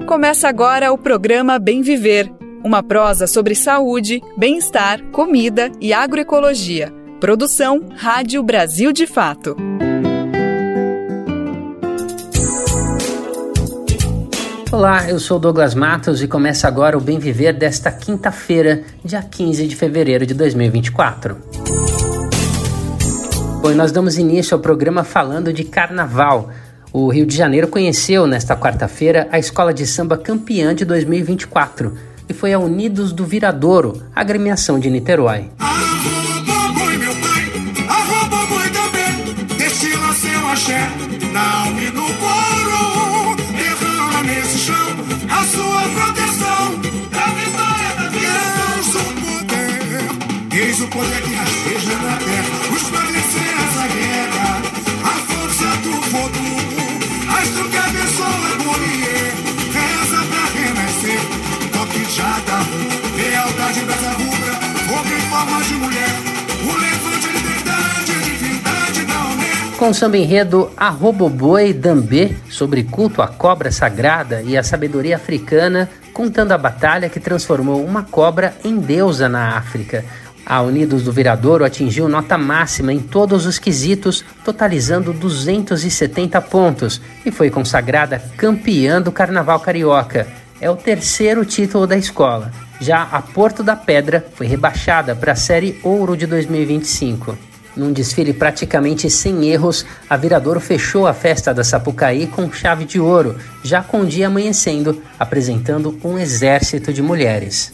Começa agora o programa Bem Viver, uma prosa sobre saúde, bem-estar, comida e agroecologia. Produção Rádio Brasil de Fato. Olá, eu sou Douglas Matos e começa agora o Bem Viver desta quinta-feira, dia 15 de fevereiro de 2024. Bom, nós damos início ao programa falando de carnaval. O Rio de Janeiro conheceu nesta quarta-feira a escola de samba campeã de 2024 e foi a Unidos do Viradouro, a agremiação de Niterói. O poder que rasteja na terra, os padecer essa guerra, a força do voodoo, astro que abençoa a Golier, reza pra renascer, toque de jada, lealdade brasa rubra, fogo em forma de mulher, o levante de liberdade, divindade da UNE. Com o samba enredo Arroboboi Dambê, sobre culto à cobra sagrada e a sabedoria africana, contando a batalha que transformou uma cobra em deusa na África. A Unidos do Viradouro atingiu nota máxima em todos os quesitos, totalizando 270 pontos e foi consagrada campeã do Carnaval Carioca. É o terceiro título da escola. Já a Porto da Pedra foi rebaixada para a Série Ouro de 2025. Num desfile praticamente sem erros, a Viradouro fechou a festa da Sapucaí com chave de ouro, já com o dia amanhecendo, apresentando um exército de mulheres.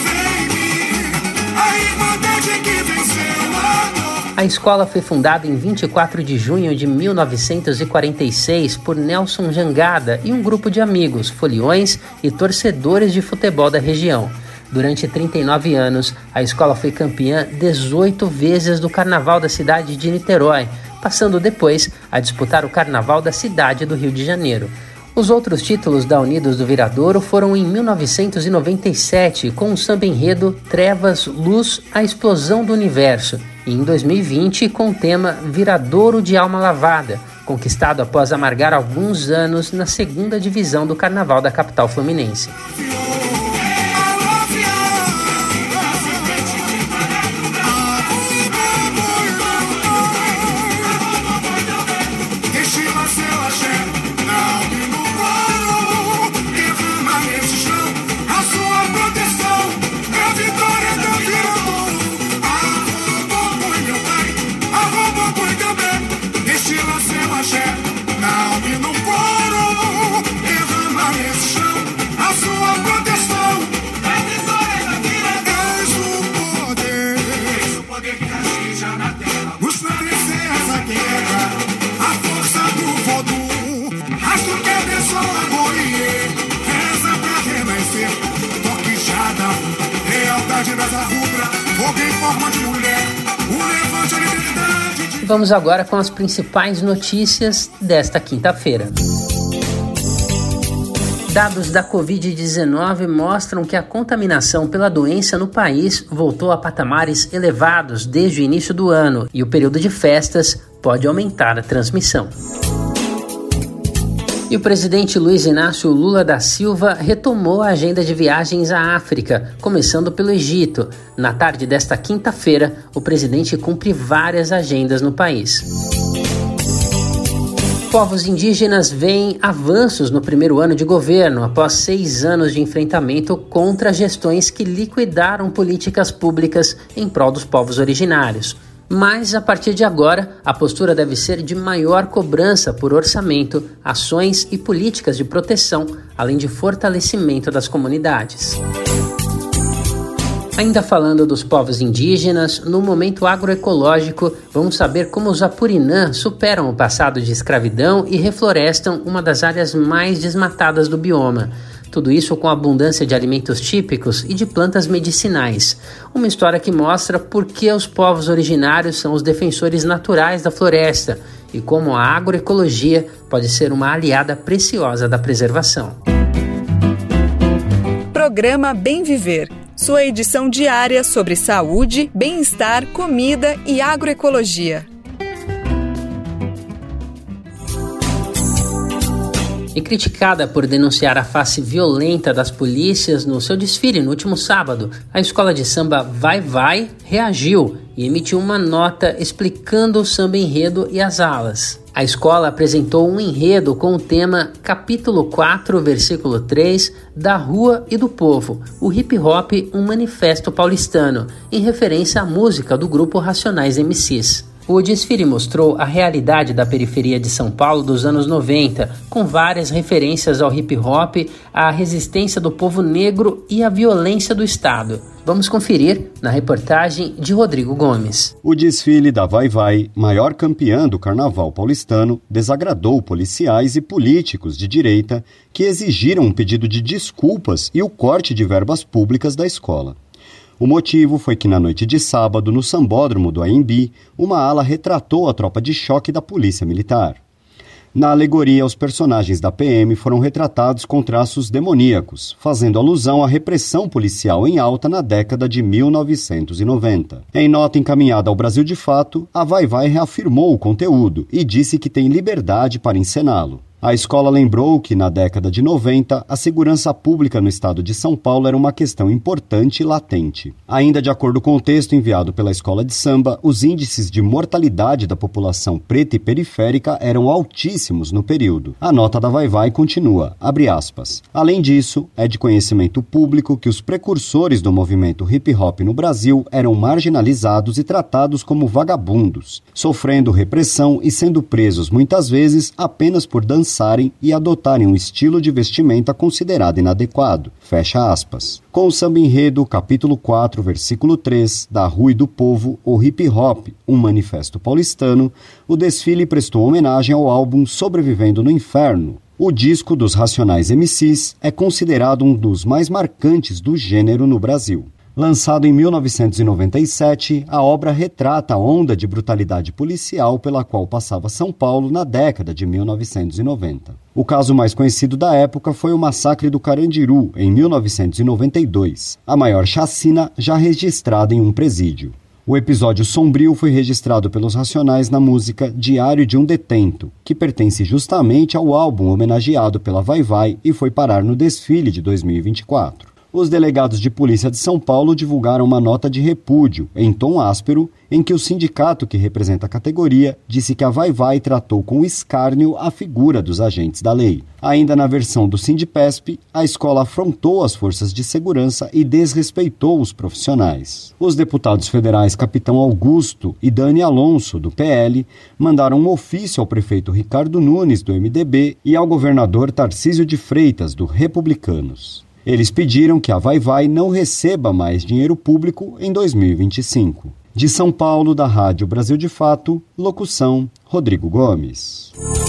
A escola foi fundada em 24 de junho de 1946 por Nelson Jangada e um grupo de amigos, foliões e torcedores de futebol da região. Durante 39 anos, a escola foi campeã 18 vezes do Carnaval da cidade de Niterói, passando depois a disputar o Carnaval da cidade do Rio de Janeiro. Os outros títulos da Unidos do Viradouro foram em 1997, com o samba enredo Trevas, Luz, a Explosão do Universo, e em 2020 com o tema Viradouro de Alma Lavada, conquistado após amargar alguns anos na segunda divisão do Carnaval da capital fluminense. Vamos agora com as principais notícias desta quinta-feira. Dados da Covid-19 mostram que a contaminação pela doença no país voltou a patamares elevados desde o início do ano e o período de festas pode aumentar a transmissão. E o presidente Luiz Inácio Lula da Silva retomou a agenda de viagens à África, começando pelo Egito. Na tarde desta quinta-feira, o presidente cumpre várias agendas no país. Povos indígenas veem avanços no primeiro ano de governo, após 6 anos de enfrentamento contra gestões que liquidaram políticas públicas em prol dos povos originários. Mas, a partir de agora, a postura deve ser de maior cobrança por orçamento, ações e políticas de proteção, além de fortalecimento das comunidades. Ainda falando dos povos indígenas, no momento agroecológico, vamos saber como os Apurinã superam o passado de escravidão e reflorestam uma das áreas mais desmatadas do bioma. Tudo isso com abundância de alimentos típicos e de plantas medicinais. Uma história que mostra por que os povos originários são os defensores naturais da floresta e como a agroecologia pode ser uma aliada preciosa da preservação. Programa Bem Viver, sua edição diária sobre saúde, bem-estar, comida e agroecologia. E criticada por denunciar a face violenta das polícias no seu desfile no último sábado, a escola de samba Vai Vai reagiu e emitiu uma nota explicando o samba enredo e as alas. A escola apresentou um enredo com o tema capítulo 4, versículo 3, da Rua e do Povo, o hip hop, um manifesto paulistano, em referência à música do grupo Racionais MCs. O desfile mostrou a realidade da periferia de São Paulo dos anos 90, com várias referências ao hip hop, à resistência do povo negro e à violência do Estado. Vamos conferir na reportagem de Rodrigo Gomes. O desfile da Vai Vai, maior campeã do carnaval paulistano, desagradou policiais e políticos de direita que exigiram um pedido de desculpas e o corte de verbas públicas da escola. O motivo foi que na noite de sábado, no sambódromo do AMB, uma ala retratou a tropa de choque da Polícia Militar. Na alegoria, os personagens da PM foram retratados com traços demoníacos, fazendo alusão à repressão policial em alta na década de 1990. Em nota encaminhada ao Brasil de Fato, a Vai Vai reafirmou o conteúdo e disse que tem liberdade para encená-lo. A escola lembrou que, na década de 90, a segurança pública no estado de São Paulo era uma questão importante e latente. Ainda de acordo com o texto enviado pela escola de samba, os índices de mortalidade da população preta e periférica eram altíssimos no período. A nota da Vai Vai continua, abre aspas. Além disso, é de conhecimento público que os precursores do movimento hip-hop no Brasil eram marginalizados e tratados como vagabundos, sofrendo repressão e sendo presos muitas vezes apenas por dançar e adotarem um estilo de vestimenta considerado inadequado. Fecha aspas. Com o samba enredo, capítulo 4, versículo 3, da Rua e do Povo, o hip hop, um manifesto paulistano, o desfile prestou homenagem ao álbum Sobrevivendo no Inferno. O disco dos Racionais MCs é considerado um dos mais marcantes do gênero no Brasil. Lançado em 1997, a obra retrata a onda de brutalidade policial pela qual passava São Paulo na década de 1990. O caso mais conhecido da época foi o massacre do Carandiru, em 1992, a maior chacina já registrada em um presídio. O episódio sombrio foi registrado pelos Racionais na música Diário de um Detento, que pertence justamente ao álbum homenageado pela Vai Vai e foi parar no desfile de 2024. Os delegados de polícia de São Paulo divulgaram uma nota de repúdio, em tom áspero, em que o sindicato que representa a categoria disse que a Vai Vai tratou com escárnio a figura dos agentes da lei. Ainda na versão do Sindipesp, a escola afrontou as forças de segurança e desrespeitou os profissionais. Os deputados federais Capitão Augusto e Dani Alonso, do PL, mandaram um ofício ao prefeito Ricardo Nunes, do MDB, e ao governador Tarcísio de Freitas, do Republicanos. Eles pediram que a Vai Vai não receba mais dinheiro público em 2025. De São Paulo, da Rádio Brasil de Fato, locução Rodrigo Gomes.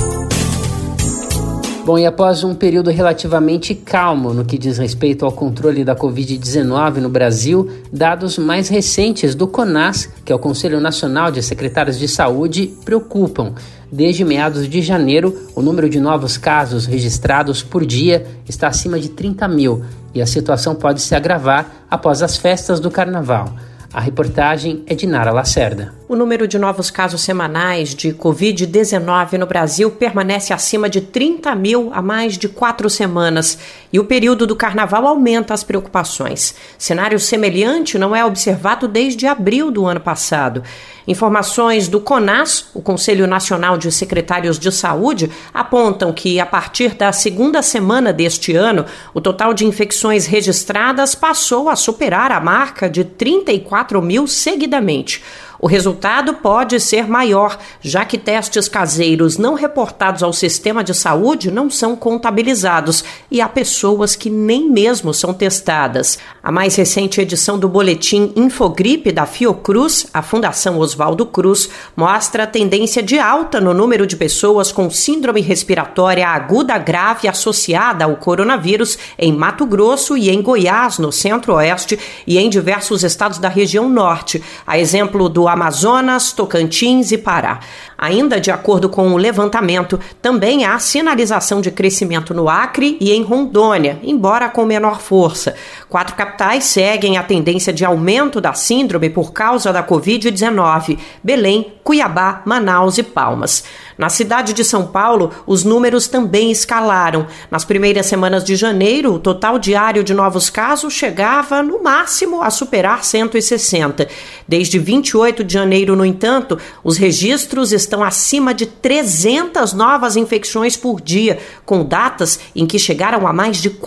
Bom, e após um período relativamente calmo no que diz respeito ao controle da Covid-19 no Brasil, dados mais recentes do CONAS, que é o Conselho Nacional de Secretários de Saúde, preocupam. Desde meados de janeiro, o número de novos casos registrados por dia está acima de 30 mil e a situação pode se agravar após as festas do Carnaval. A reportagem é de Nara Lacerda. O número de novos casos semanais de Covid-19 no Brasil permanece acima de 30 mil há mais de 4 semanas e o período do Carnaval aumenta as preocupações. Cenário semelhante não é observado desde abril do ano passado. Informações do CONAS, o Conselho Nacional de Secretários de Saúde, apontam que, a partir da segunda semana deste ano, o total de infecções registradas passou a superar a marca de 34 mil seguidamente. O resultado pode ser maior, já que testes caseiros não reportados ao sistema de saúde não são contabilizados e há pessoas que nem mesmo são testadas. A mais recente edição do boletim Infogripe da Fiocruz, a Fundação Oswaldo Cruz, mostra a tendência de alta no número de pessoas com síndrome respiratória aguda grave associada ao coronavírus em Mato Grosso e em Goiás, no Centro-Oeste, e em diversos estados da região Norte, a exemplo do Amazonas, Tocantins e Pará. Ainda de acordo com o levantamento, também há sinalização de crescimento no Acre e em Rondônia, embora com menor força. 4 capitais seguem a tendência de aumento da síndrome por causa da Covid-19: Belém, Cuiabá, Manaus e Palmas. Na cidade de São Paulo, os números também escalaram. Nas primeiras semanas de janeiro, o total diário de novos casos chegava, no máximo, a superar 160. Desde 28 de janeiro, no entanto, os registros estão acima de 300 novas infecções por dia, com datas em que chegaram a mais de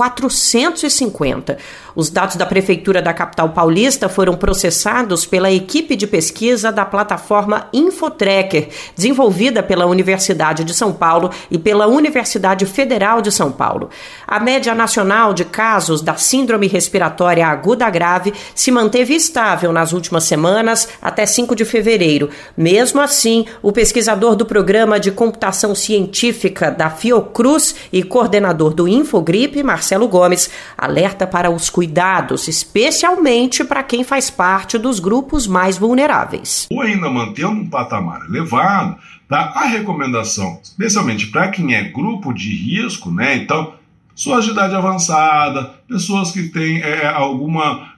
450. Os dados da Prefeitura da capital paulista foram processados pela equipe de pesquisa da plataforma Infotracker, desenvolvida pela Universidade de São Paulo e pela Universidade Federal de São Paulo. A média nacional de casos da síndrome respiratória aguda grave se manteve estável nas últimas semanas até 5 de fevereiro. Mesmo assim, o pesquisador do Programa de Computação Científica da Fiocruz e coordenador do Infogripe, Marcelo Gomes, alerta para os cuidados, especialmente para quem faz parte dos grupos mais vulneráveis. Ou ainda mantendo um patamar elevado, tá? A recomendação, especialmente para quem é grupo de risco, né? Então, pessoas de idade avançada, pessoas que têm alguma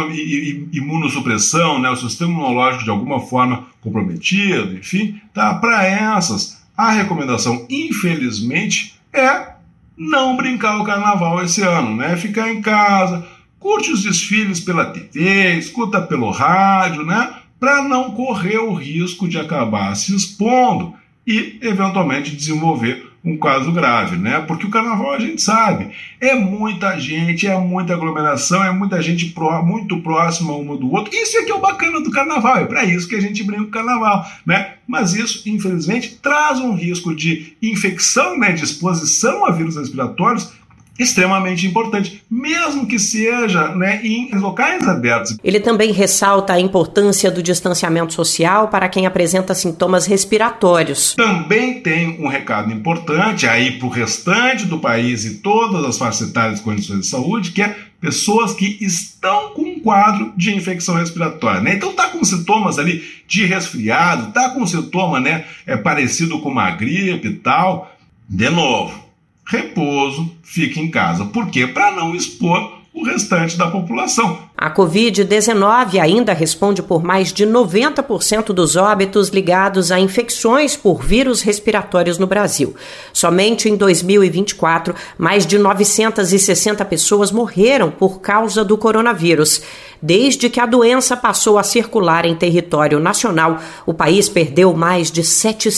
imunossupressão, né? O sistema imunológico de alguma forma comprometido, enfim, tá? Para essas, a recomendação, infelizmente, é não brincar o carnaval esse ano, né? Ficar em casa, curte os desfiles pela TV, escuta pelo rádio, né? Para não correr o risco de acabar se expondo e, eventualmente, desenvolver um caso grave, né? Porque o carnaval, a gente sabe, é muita gente, é muita aglomeração, é muita gente muito próxima uma do outro. Isso é que é o bacana do carnaval, é para isso que a gente brinca o carnaval, né? Mas isso, infelizmente, traz um risco de infecção, né? De exposição a vírus respiratórios extremamente importante, mesmo que seja, né, em locais abertos. Ele também ressalta a importância do distanciamento social para quem apresenta sintomas respiratórios. Também tem um recado importante aí para o restante do país e todas as faixas etárias de condições de saúde, que é pessoas que estão com um quadro de infecção respiratória, né? Então tá com sintomas ali de resfriado, tá com sintoma, né, parecido com uma gripe e tal. De novo, repouso, fique em casa. Por quê? Para não expor o restante da população. A Covid-19 ainda responde por mais de 90% dos óbitos ligados a infecções por vírus respiratórios no Brasil. Somente em 2024, mais de 960 pessoas morreram por causa do coronavírus. Desde que a doença passou a circular em território nacional, o país perdeu mais de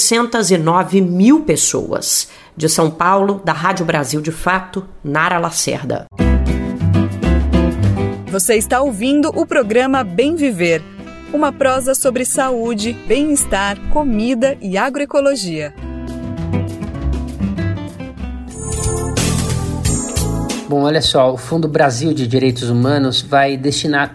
709 mil pessoas. De São Paulo, da Rádio Brasil de Fato, Nara Lacerda. Você está ouvindo o programa Bem Viver, uma prosa sobre saúde, bem-estar, comida e agroecologia. Bom, olha só, o Fundo Brasil de Direitos Humanos vai destinar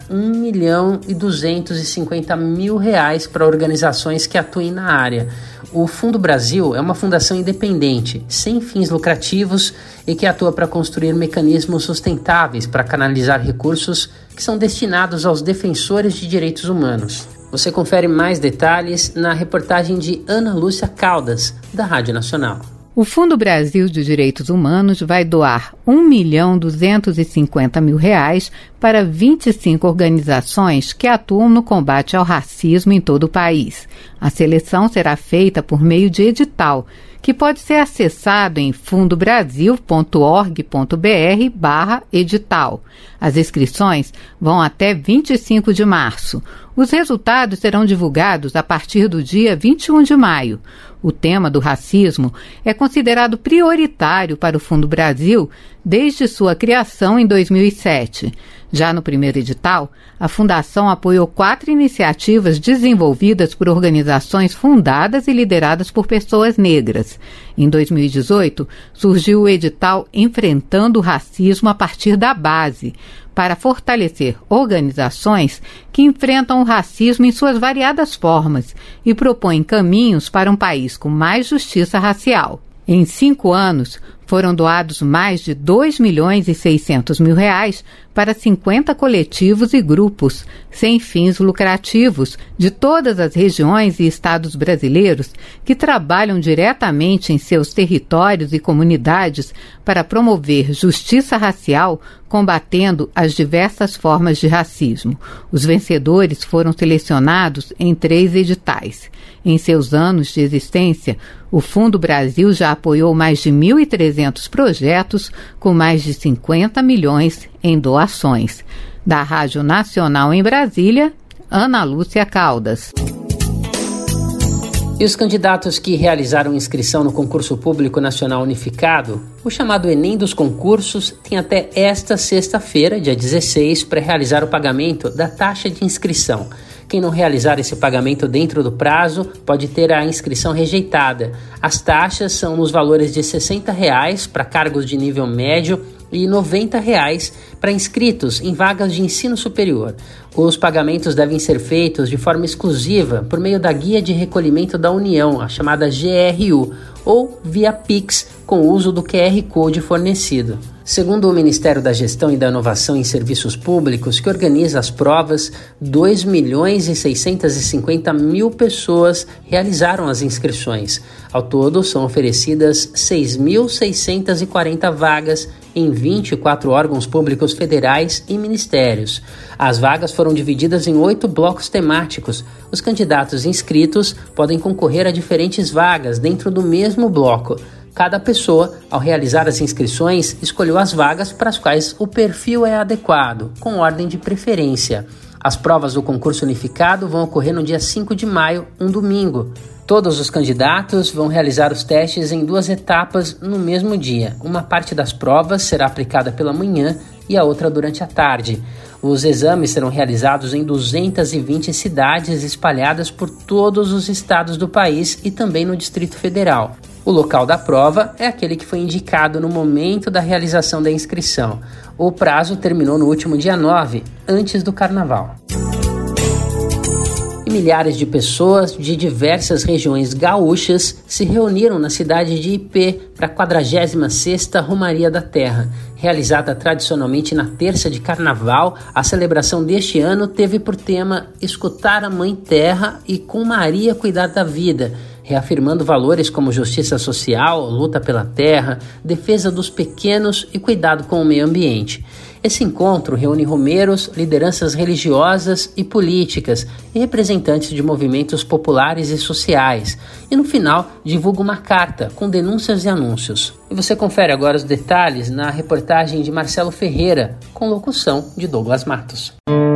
R$1.250.000 para organizações que atuem na área. O Fundo Brasil é uma fundação independente, sem fins lucrativos e que atua para construir mecanismos sustentáveis para canalizar recursos que são destinados aos defensores de direitos humanos. Você confere mais detalhes na reportagem de Ana Lúcia Caldas, da Rádio Nacional. O Fundo Brasil de Direitos Humanos vai doar R$1.250.000 para 25 organizações que atuam no combate ao racismo em todo o país. A seleção será feita por meio de edital, que pode ser acessado em fundobrasil.org.br/edital. As inscrições vão até 25 de março. Os resultados serão divulgados a partir do dia 21 de maio. O tema do racismo é considerado prioritário para o Fundo Brasil desde sua criação em 2007. Já no primeiro edital, a Fundação apoiou 4 iniciativas desenvolvidas por organizações fundadas e lideradas por pessoas negras. Em 2018, surgiu o edital Enfrentando o Racismo a partir da Base, para fortalecer organizações que enfrentam o racismo em suas variadas formas e propõem caminhos para um país com mais justiça racial. Em 5 anos, Foram doados mais de R$ 2.600.000 para 50 coletivos e grupos, sem fins lucrativos, de todas as regiões e estados brasileiros que trabalham diretamente em seus territórios e comunidades para promover justiça racial, combatendo as diversas formas de racismo. Os vencedores foram selecionados em 3 editais. Em seus anos de existência, o Fundo Brasil já apoiou mais de 1.300 projetos com mais de 50 milhões em doações. Da Rádio Nacional em Brasília, Ana Lúcia Caldas. E os candidatos que realizaram inscrição no Concurso Público Nacional Unificado, o chamado Enem dos concursos, têm até esta sexta-feira, dia 16, para realizar o pagamento da taxa de inscrição. Quem não realizar esse pagamento dentro do prazo pode ter a inscrição rejeitada. As taxas são nos valores de R$ 60 para cargos de nível médio e R$ 90 para inscritos em vagas de ensino superior. Os pagamentos devem ser feitos de forma exclusiva por meio da Guia de Recolhimento da União, a chamada GRU, ou via Pix, com o uso do QR Code fornecido. Segundo o Ministério da Gestão e da Inovação em Serviços Públicos, que organiza as provas, 2.650.000 pessoas realizaram as inscrições. Ao todo, são oferecidas 6.640 vagas em 24 órgãos públicos federais e ministérios. As vagas foram divididas em 8 blocos temáticos. Os candidatos inscritos podem concorrer a diferentes vagas dentro do mesmo bloco. Cada pessoa, ao realizar as inscrições, escolheu as vagas para as quais o perfil é adequado, com ordem de preferência. As provas do concurso unificado vão ocorrer no dia 5 de maio, um domingo. Todos os candidatos vão realizar os testes em 2 etapas no mesmo dia. Uma parte das provas será aplicada pela manhã e a outra durante a tarde. Os exames serão realizados em 220 cidades espalhadas por todos os estados do país e também no Distrito Federal. O local da prova é aquele que foi indicado no momento da realização da inscrição. O prazo terminou no último dia 9, antes do Carnaval. E milhares de pessoas de diversas regiões gaúchas se reuniram na cidade de Ipê para a 46ª Romaria da Terra. Realizada tradicionalmente na terça de Carnaval, a celebração deste ano teve por tema Escutar a Mãe Terra e com Maria cuidar da vida, reafirmando valores como justiça social, luta pela terra, defesa dos pequenos e cuidado com o meio ambiente. Esse encontro reúne romeiros, lideranças religiosas e políticas e representantes de movimentos populares e sociais. E no final, divulga uma carta com denúncias e anúncios. E você confere agora os detalhes na reportagem de Marcelo Ferreira, com locução de Douglas Matos.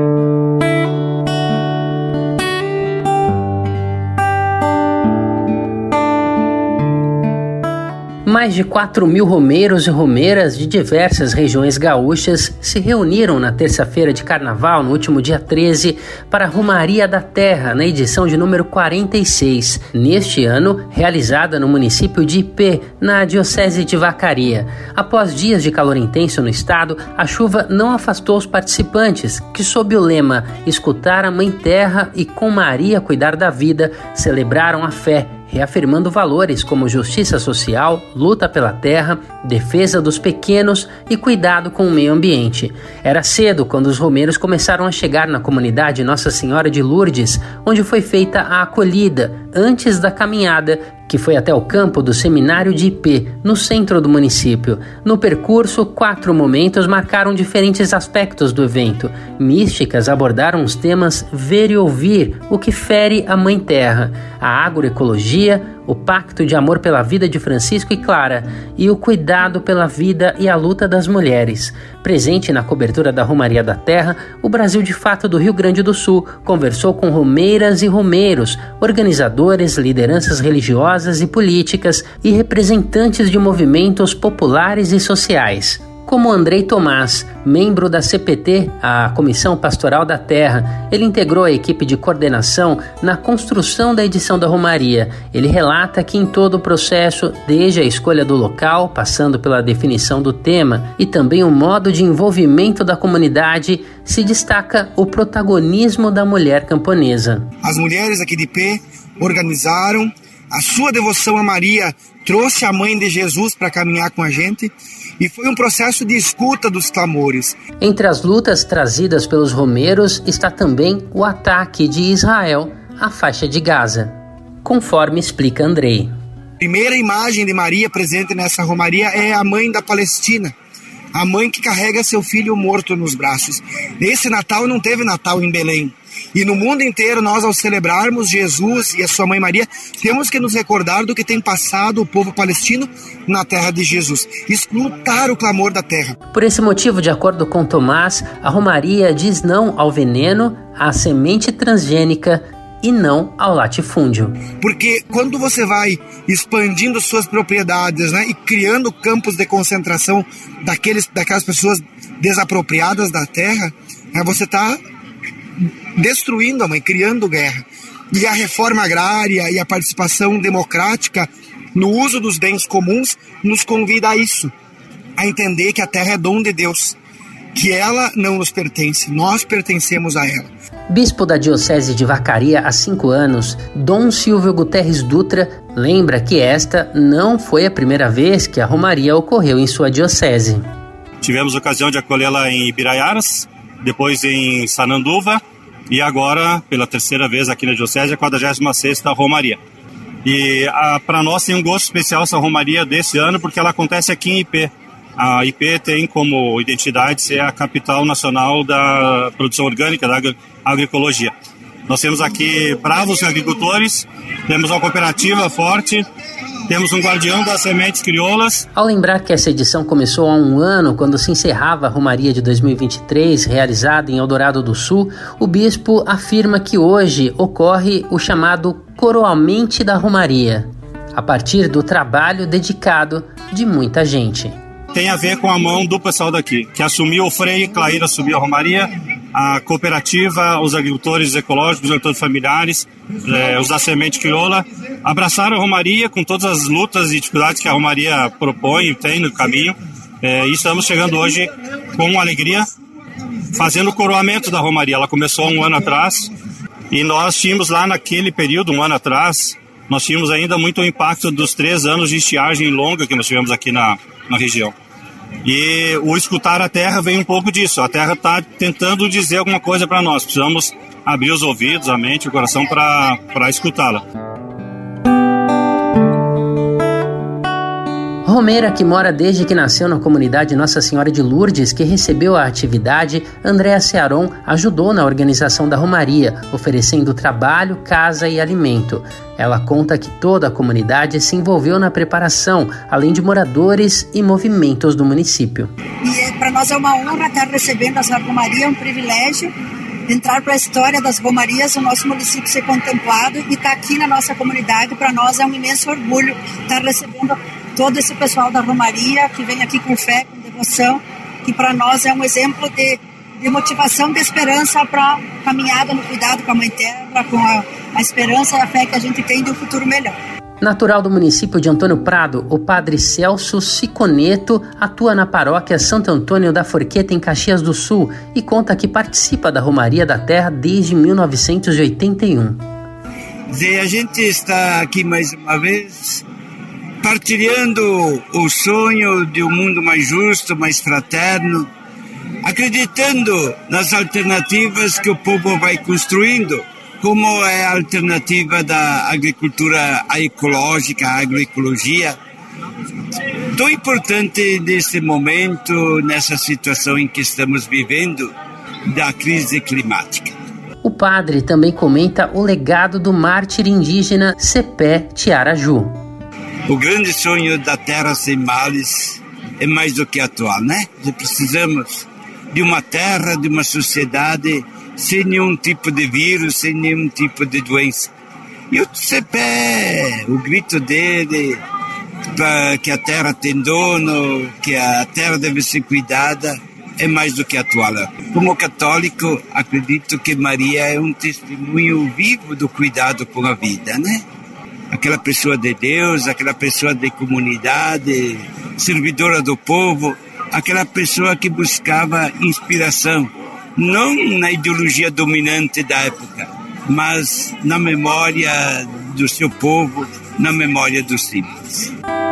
Mais de 4.000 romeiros e romeiras de diversas regiões gaúchas se reuniram na terça-feira de Carnaval, no último dia 13, para a Romaria da Terra, na edição de número 46, neste ano realizada no município de Ipê, na Diocese de Vacaria. Após dias de calor intenso no estado, a chuva não afastou os participantes, que sob o lema Escutar a Mãe Terra e com Maria cuidar da vida, celebraram a fé, reafirmando valores como justiça social, luta pela terra, defesa dos pequenos e cuidado com o meio ambiente. Era cedo quando os romeiros começaram a chegar na comunidade Nossa Senhora de Lourdes, onde foi feita a acolhida, antes da caminhada, que foi até o campo do Seminário de Ipê, no centro do município. No percurso, 4 momentos marcaram diferentes aspectos do evento. Místicas abordaram os temas ver e ouvir, o que fere a Mãe Terra, a agroecologia, o pacto de amor pela vida de Francisco e Clara e o cuidado pela vida e a luta das mulheres. Presente na cobertura da Romaria da Terra, o Brasil de Fato do Rio Grande do Sul conversou com romeiras e romeiros, organizadores, lideranças religiosas e políticas e representantes de movimentos populares e sociais. Como Andrei Tomás, membro da CPT, a Comissão Pastoral da Terra, ele integrou a equipe de coordenação na construção da edição da Romaria. Ele relata que em todo o processo, desde a escolha do local, passando pela definição do tema e também o modo de envolvimento da comunidade, se destaca o protagonismo da mulher camponesa. As mulheres aqui de Ipê organizaram a sua devoção a Maria trouxe a mãe de Jesus para caminhar com a gente, e foi um processo de escuta dos clamores. Entre as lutas trazidas pelos romeiros está também o ataque de Israel à faixa de Gaza, conforme explica Andrei. A primeira imagem de Maria presente nessa romaria é a mãe da Palestina, a mãe que carrega seu filho morto nos braços. Nesse Natal não teve Natal em Belém. E no mundo inteiro, nós, ao celebrarmos Jesus e a sua mãe Maria, temos que nos recordar do que tem passado o povo palestino na terra de Jesus. Escutar o clamor da terra. Por esse motivo, de acordo com Tomás, a romaria diz não ao veneno, à semente transgênica e não ao latifúndio. Porque quando você vai expandindo suas propriedades, né, e criando campos de concentração daquelas pessoas desapropriadas da terra, né, você está destruindo a mãe, criando guerra. E a reforma agrária e a participação democrática no uso dos bens comuns nos convida a isso, a entender que a terra é dom de Deus, que ela não nos pertence, nós pertencemos a ela. Bispo da Diocese de Vacaria há 5 anos, Dom Silvio Guterres Dutra, lembra que esta não foi a primeira vez que a romaria ocorreu em sua diocese. Tivemos a ocasião de acolhê-la em Ibiraiaras, depois em Sananduva, e agora, pela terceira vez aqui na Diocese, a 46ª Romaria. E para nós tem um gosto especial essa Romaria desse ano, porque ela acontece aqui em IP. A IP tem como identidade ser a capital nacional da produção orgânica, da agroecologia. Nós temos aqui bravos agricultores, temos uma cooperativa forte, temos um guardião das sementes crioulas. Ao lembrar que essa edição começou há 1 ano, quando se encerrava a Romaria de 2023, realizada em Eldorado do Sul, o bispo afirma que hoje ocorre o chamado coroamento da Romaria, a partir do trabalho dedicado de muita gente. Tem a ver com a mão do pessoal daqui, que assumiu o Frei Clair, assumiu a Romaria, a cooperativa, os agricultores ecológicos, os agricultores familiares, os da semente crioula, abraçaram a Romaria com todas as lutas e dificuldades que a Romaria propõe e tem no caminho. E estamos chegando hoje com alegria, fazendo o coroamento da Romaria. Ela começou 1 ano atrás e nós tínhamos lá naquele período, 1 ano atrás, nós tínhamos ainda muito o impacto dos 3 anos de estiagem longa que nós tivemos aqui na região. E o escutar a terra vem um pouco disso. A terra está tentando dizer alguma coisa para nós. Precisamos abrir os ouvidos, a mente, o coração para escutá-la. Romeira, que mora desde que nasceu na comunidade Nossa Senhora de Lourdes, que recebeu a atividade, Andréa Cearon ajudou na organização da Romaria, oferecendo trabalho, casa e alimento. Ela conta que toda a comunidade se envolveu na preparação, além de moradores e movimentos do município. E para nós é uma honra estar recebendo essa Romaria, é um privilégio entrar para a história das Romarias, o nosso município ser contemplado e estar aqui na nossa comunidade. Para nós é um imenso orgulho estar recebendo todo esse pessoal da Romaria, que vem aqui com fé, com devoção, que para nós é um exemplo de motivação, de esperança para a caminhada no cuidado com a Mãe Terra, com a esperança e a fé que a gente tem de um futuro melhor. Natural do município de Antônio Prado, o padre Celso Siconeto atua na paróquia Santo Antônio da Forqueta, em Caxias do Sul, e conta que participa da Romaria da Terra desde 1981. A gente está aqui mais uma vez partilhando o sonho de um mundo mais justo, mais fraterno, acreditando nas alternativas que o povo vai construindo, como é a alternativa da agricultura ecológica, a agroecologia. Tão importante nesse momento, nessa situação em que estamos vivendo, da crise climática. O padre também comenta o legado do mártir indígena Cepé Tiaraju. O grande sonho da terra sem males é mais do que atual, né? Precisamos de uma terra, de uma sociedade sem nenhum tipo de vírus, sem nenhum tipo de doença. E o Cepé, o grito dele, que a terra tem dono, que a terra deve ser cuidada, é mais do que atual. Como católico, acredito que Maria é um testemunho vivo do cuidado com a vida, né? Aquela pessoa de Deus, aquela pessoa de comunidade, servidora do povo, aquela pessoa que buscava inspiração, não na ideologia dominante da época, mas na memória do seu povo, na memória dos simples. comunidades.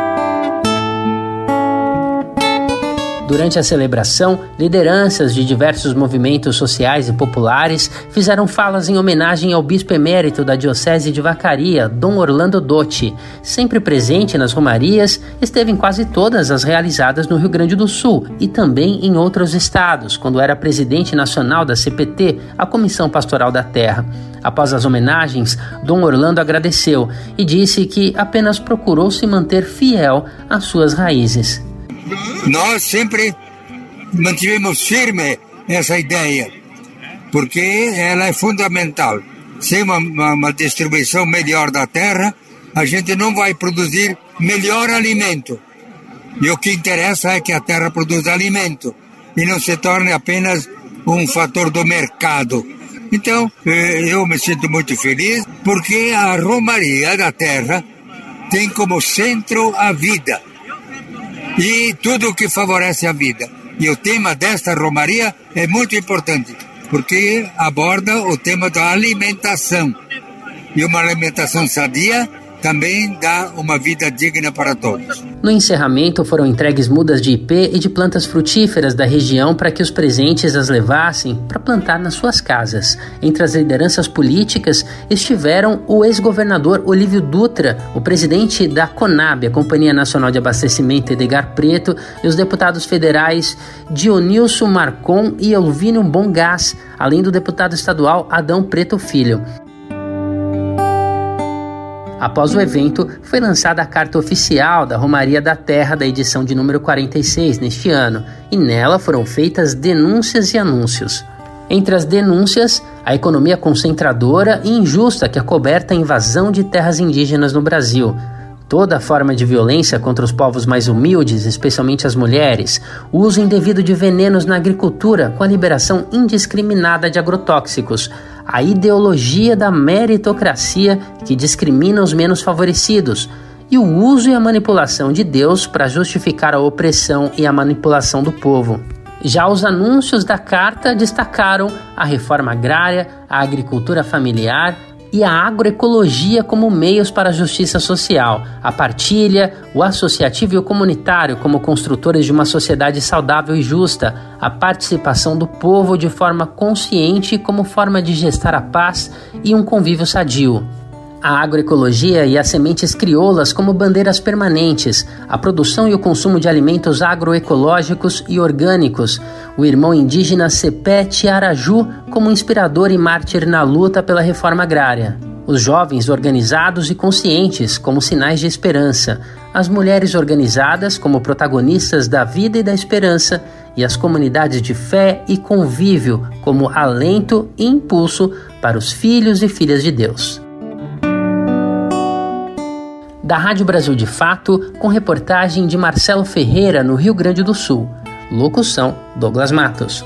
Durante a celebração, lideranças de diversos movimentos sociais e populares fizeram falas em homenagem ao bispo emérito da Diocese de Vacaria, Dom Orlando Dotti. Sempre presente nas romarias, esteve em quase todas as realizadas no Rio Grande do Sul e também em outros estados, quando era presidente nacional da CPT, a Comissão Pastoral da Terra. Após as homenagens, Dom Orlando agradeceu e disse que apenas procurou se manter fiel às suas raízes. Nós sempre mantivemos firme essa ideia, porque ela é fundamental. Sem uma distribuição melhor da terra, a gente não vai produzir melhor alimento. E o que interessa é que a terra produza alimento e não se torne apenas um fator do mercado. Então, eu me sinto muito feliz, porque a Romaria da Terra tem como centro a vida. E tudo o que favorece a vida. E o tema desta romaria é muito importante, porque aborda o tema da alimentação. E uma alimentação sadia também dá uma vida digna para todos. No encerramento foram entregues mudas de ipê e de plantas frutíferas da região para que os presentes as levassem para plantar nas suas casas. Entre as lideranças políticas estiveram o ex-governador Olívio Dutra, o presidente da CONAB, a Companhia Nacional de Abastecimento Edgar Preto, e os deputados federais Dionilson Marcon e Elvínio Bongás, além do deputado estadual Adão Preto Filho. Após o evento, foi lançada a carta oficial da Romaria da Terra da edição de número 46 neste ano, e nela foram feitas denúncias e anúncios. Entre as denúncias, a economia concentradora e injusta que acoberta a invasão de terras indígenas no Brasil, toda forma de violência contra os povos mais humildes, especialmente as mulheres, o uso indevido de venenos na agricultura com a liberação indiscriminada de agrotóxicos, a ideologia da meritocracia que discrimina os menos favorecidos e o uso e a manipulação de Deus para justificar a opressão e a manipulação do povo. Já os anúncios da carta destacaram a reforma agrária, a agricultura familiar e a agroecologia como meios para a justiça social, a partilha, o associativo e o comunitário como construtores de uma sociedade saudável e justa, a participação do povo de forma consciente como forma de gestar a paz e um convívio sadio. A agroecologia e as sementes crioulas como bandeiras permanentes, a produção e o consumo de alimentos agroecológicos e orgânicos, o irmão indígena Sepete Araju como inspirador e mártir na luta pela reforma agrária, os jovens organizados e conscientes como sinais de esperança, as mulheres organizadas como protagonistas da vida e da esperança e as comunidades de fé e convívio como alento e impulso para os filhos e filhas de Deus. Da Rádio Brasil de Fato, com reportagem de Marcelo Ferreira, no Rio Grande do Sul. Locução, Douglas Matos.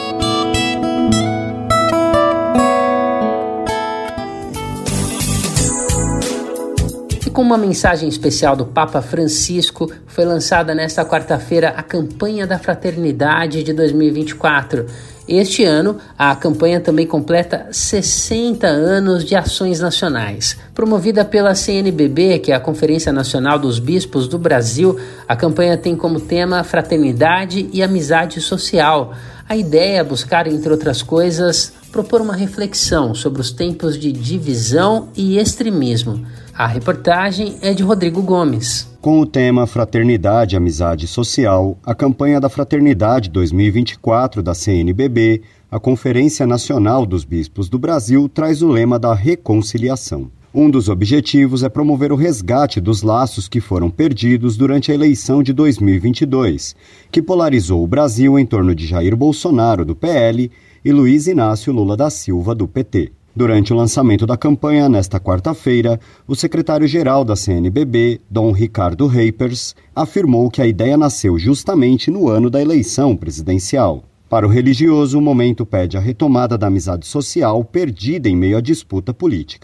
E com uma mensagem especial do Papa Francisco, foi lançada nesta quarta-feira a Campanha da Fraternidade de 2024. Este ano, a campanha também completa 60 anos de ações nacionais. Promovida pela CNBB, que é a Conferência Nacional dos Bispos do Brasil, a campanha tem como tema fraternidade e amizade social. A ideia é buscar, entre outras coisas, propor uma reflexão sobre os tempos de divisão e extremismo. A reportagem é de Rodrigo Gomes. Com o tema Fraternidade e Amizade Social, a campanha da Fraternidade 2024 da CNBB, a Conferência Nacional dos Bispos do Brasil, traz o lema da reconciliação. Um dos objetivos é promover o resgate dos laços que foram perdidos durante a eleição de 2022, que polarizou o Brasil em torno de Jair Bolsonaro, do PL, e Luiz Inácio Lula da Silva, do PT. Durante o lançamento da campanha, nesta quarta-feira, o secretário-geral da CNBB, Dom Ricardo Reipers, afirmou que a ideia nasceu justamente no ano da eleição presidencial. Para o religioso, o momento pede a retomada da amizade social perdida em meio à disputa política.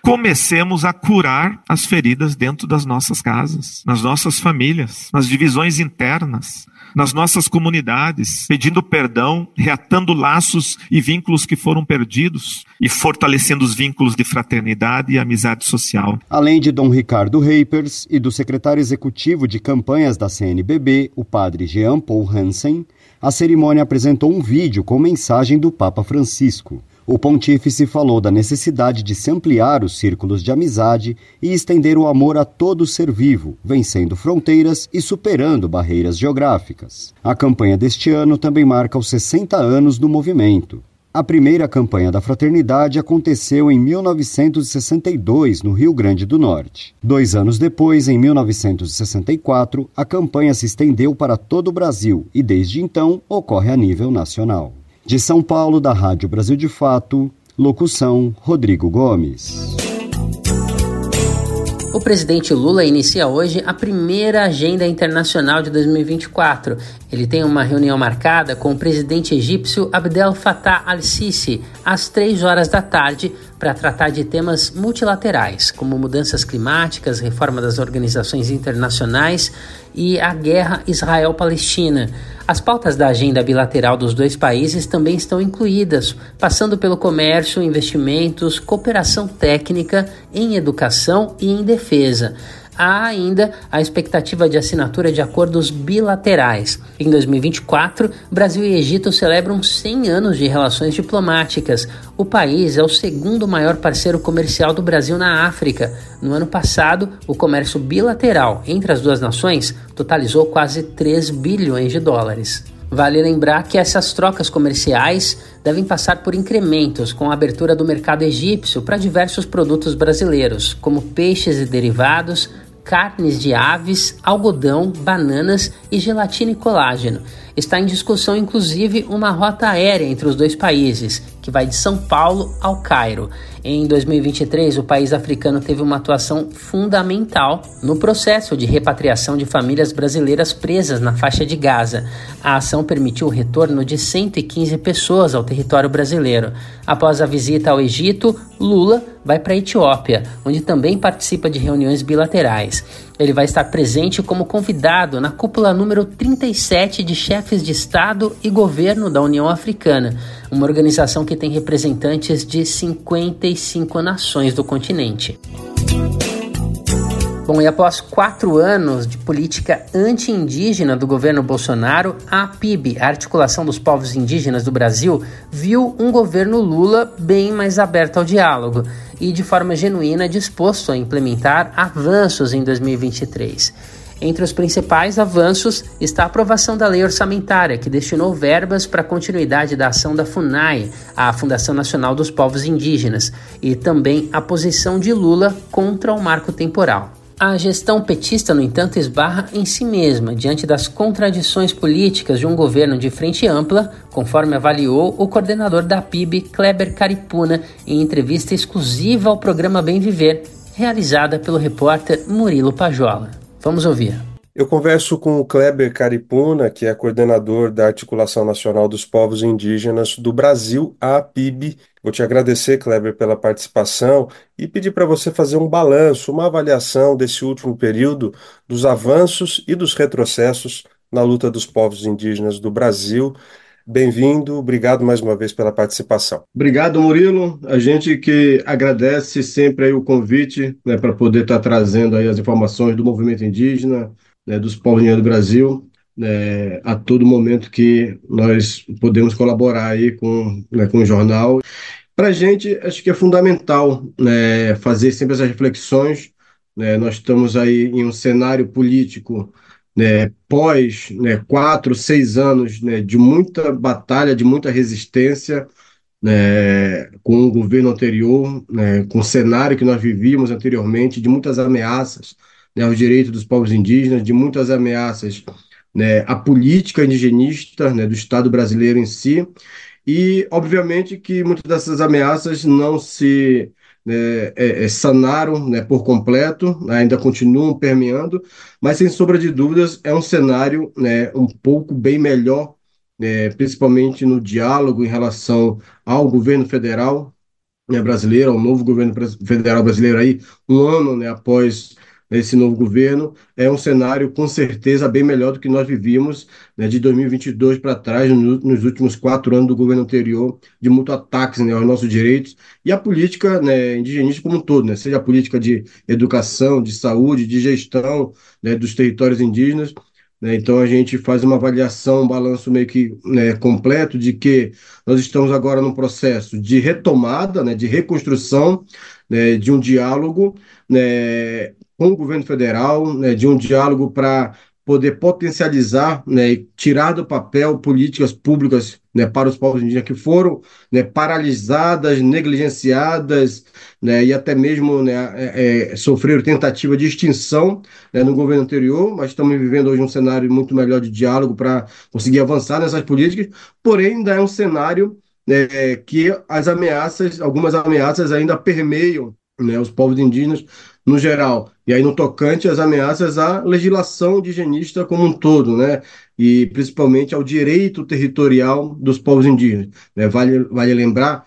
comecemos a curar as feridas dentro das nossas casas, nas nossas famílias, nas divisões internas, nas nossas comunidades, pedindo perdão, reatando laços e vínculos que foram perdidos e fortalecendo os vínculos de fraternidade e amizade social. Além de Dom Ricardo Reipers e do secretário executivo de campanhas da CNBB, o padre Jean Paul Hansen, a cerimônia apresentou um vídeo com mensagem do Papa Francisco. O pontífice falou da necessidade de se ampliar os círculos de amizade e estender o amor a todo ser vivo, vencendo fronteiras e superando barreiras geográficas. A campanha deste ano também marca os 60 anos do movimento. A primeira campanha da fraternidade aconteceu em 1962, no Rio Grande do Norte. 2 anos depois, em 1964, a campanha se estendeu para todo o Brasil e, desde então, ocorre a nível nacional. De São Paulo, da Rádio Brasil de Fato, locução Rodrigo Gomes. O presidente Lula inicia hoje a primeira agenda internacional de 2024. Ele tem uma reunião marcada com o presidente egípcio Abdel Fattah al-Sisi às 3 horas da tarde para tratar de temas multilaterais, como mudanças climáticas, reforma das organizações internacionais e a guerra Israel-Palestina. As pautas da agenda bilateral dos dois países também estão incluídas, passando pelo comércio, investimentos, cooperação técnica, em educação e em defesa. Há ainda a expectativa de assinatura de acordos bilaterais. Em 2024, Brasil e Egito celebram 100 anos de relações diplomáticas. O país é o segundo maior parceiro comercial do Brasil na África. No ano passado, o comércio bilateral entre as duas nações totalizou quase 3 bilhões de dólares. Vale lembrar que essas trocas comerciais devem passar por incrementos com a abertura do mercado egípcio para diversos produtos brasileiros, como peixes e derivados, carnes de aves, algodão, bananas e gelatina e colágeno. Está em discussão, inclusive, uma rota aérea entre os dois países, que vai de São Paulo ao Cairo. Em 2023, o país africano teve uma atuação fundamental no processo de repatriação de famílias brasileiras presas na faixa de Gaza. A ação permitiu o retorno de 115 pessoas ao território brasileiro. Após a visita ao Egito, Lula vai para a Etiópia, onde também participa de reuniões bilaterais. Ele vai estar presente como convidado na cúpula número 37 de chefes de Estado e governo da União Africana, uma organização que tem representantes de 55 nações do continente. Bom, e após 4 anos de política anti-indígena do governo Bolsonaro, a APIB, a Articulação dos Povos Indígenas do Brasil, viu um governo Lula bem mais aberto ao diálogo e de forma genuína disposto a implementar avanços em 2023. Entre os principais avanços está a aprovação da lei orçamentária, que destinou verbas para a continuidade da ação da FUNAI, a Fundação Nacional dos Povos Indígenas, e também a posição de Lula contra o marco temporal. A gestão petista, no entanto, esbarra em si mesma, diante das contradições políticas de um governo de frente ampla, conforme avaliou o coordenador da PIB, Kleber Caripuna, em entrevista exclusiva ao programa Bem Viver, realizada pelo repórter Murilo Pajola. Vamos ouvir. Eu converso com o Kleber Caripuna, que é coordenador da Articulação Nacional dos Povos Indígenas do Brasil, a APIB. Vou te agradecer, Kleber, pela participação e pedir para você fazer um balanço, uma avaliação desse último período, dos avanços e dos retrocessos na luta dos povos indígenas do Brasil. Bem-vindo, obrigado mais uma vez pela participação. Obrigado, Murilo. A gente que agradece sempre aí o convite, né, para poder estar trazendo aí as informações do movimento indígena, né, dos povos indígenas do Brasil, né, a todo momento que nós podemos colaborar aí com o jornal. Para a gente, acho que é fundamental, né, fazer sempre essas reflexões, né. Nós estamos aí em um cenário político, né, pós, né, 4, 6 anos, né, de muita batalha, de muita resistência, né, com o governo anterior, né, com o cenário que nós vivíamos anteriormente, de muitas ameaças, né, aos direitos dos povos indígenas, de muitas ameaças, né, à política indigenista, né, do Estado brasileiro em si, e obviamente que muitas dessas ameaças não se sanaram, né, por completo, ainda continuam permeando, mas sem sombra de dúvidas é um cenário, né, um pouco bem melhor, principalmente no diálogo em relação ao governo federal, né, brasileiro, ao novo governo federal brasileiro aí, um ano, né, após esse novo governo, é um cenário com certeza bem melhor do que nós vivíamos, né, de 2022 para trás, nos últimos 4 anos do governo anterior, de muito ataques, né, aos nossos direitos e a política, né, indigenista como um todo, né, seja a política de educação, de saúde, de gestão, né, dos territórios indígenas, né. Então a gente faz uma avaliação, um balanço meio que, né, completo de que nós estamos agora num processo de retomada, né, de reconstrução, né, de um diálogo, né, com o governo federal, né, de um diálogo para poder potencializar, né, e tirar do papel políticas públicas, né, para os povos indígenas que foram, né, paralisadas, negligenciadas, né, e até mesmo, né, sofreram tentativa de extinção, né, no governo anterior, mas estamos vivendo hoje um cenário muito melhor de diálogo para conseguir avançar nessas políticas, porém ainda é um cenário, né, que as ameaças, algumas ameaças ainda permeiam, né, os povos indígenas no geral. E aí no tocante às ameaças à legislação indigenista como um todo, né, e principalmente ao direito territorial dos povos indígenas, né. Vale lembrar,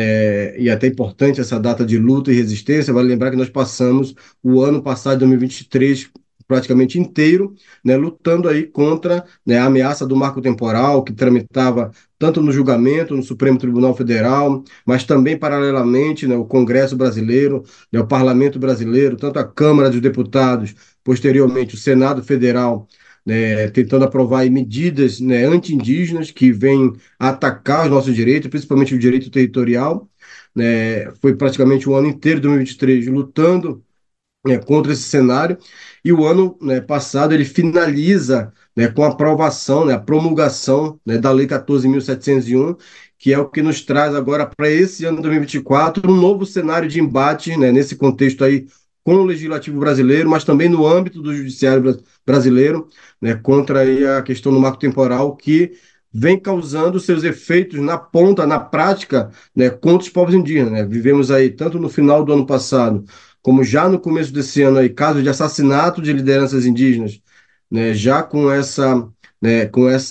e até importante essa data de luta e resistência, vale lembrar que nós passamos o ano passado, 2023, praticamente inteiro, né, lutando aí contra, né, a ameaça do marco temporal que tramitava tanto no julgamento no Supremo Tribunal Federal, mas também paralelamente, né, o Congresso brasileiro, né, o Parlamento brasileiro, tanto a Câmara dos Deputados, posteriormente o Senado Federal, né, tentando aprovar aí medidas, né, anti-indígenas que vêm atacar os nossos direitos, principalmente o direito territorial, né. Foi praticamente o ano inteiro de 2023 lutando, né, contra esse cenário, e o ano, né, passado ele finaliza, né, com a aprovação, né, a promulgação, né, da Lei 14.701, que é o que nos traz agora para esse ano de 2024 um novo cenário de embate, né, nesse contexto aí com o legislativo brasileiro, mas também no âmbito do judiciário brasileiro, né, contra aí a questão do marco temporal que vem causando seus efeitos na ponta, na prática, né, contra os povos indígenas, né. Vivemos aí, tanto no final do ano passado, como já no começo desse ano aí, casos de assassinato de lideranças indígenas, né, já com essa, né,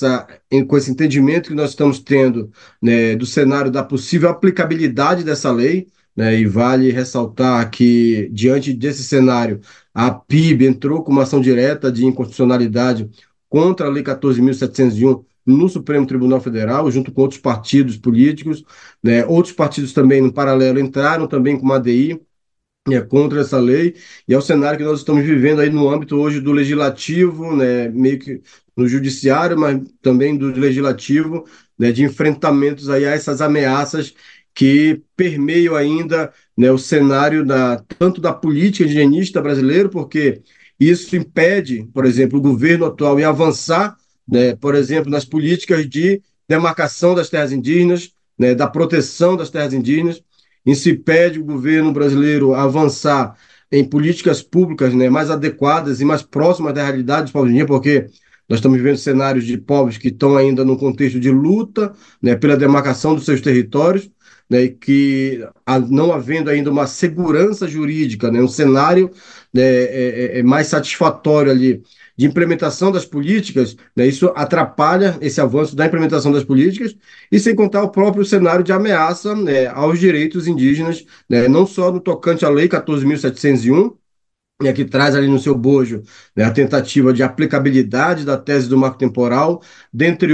com esse entendimento que nós estamos tendo, né, do cenário da possível aplicabilidade dessa lei, né, e vale ressaltar que, diante desse cenário, a PIB entrou com uma ação direta de inconstitucionalidade contra a Lei 14.701 no Supremo Tribunal Federal, junto com outros partidos políticos, né. Outros partidos também, no paralelo, entraram também com uma ADI, contra essa lei, e é o cenário que nós estamos vivendo aí no âmbito hoje do legislativo, né, meio que no judiciário, mas também do legislativo, né, de enfrentamentos aí a essas ameaças que permeiam ainda, né, o cenário tanto da política indigenista brasileira, porque isso impede, por exemplo, o governo atual em avançar, né, por exemplo, nas políticas de demarcação das terras indígenas, né, da proteção das terras indígenas. Isso impede o governo brasileiro a avançar em políticas públicas, né, mais adequadas e mais próximas da realidade dos povos indígenas, porque nós estamos vivendo cenários de povos que estão ainda num contexto de luta, né, pela demarcação dos seus territórios, né, e que, não havendo ainda uma segurança jurídica, né, um cenário, né, mais satisfatório ali de implementação das políticas, né, isso atrapalha esse avanço da implementação das políticas, e sem contar o próprio cenário de ameaça, né, aos direitos indígenas, né, não só no tocante à Lei 14.701, que traz ali no seu bojo, né, a tentativa de aplicabilidade da tese do marco temporal, dentre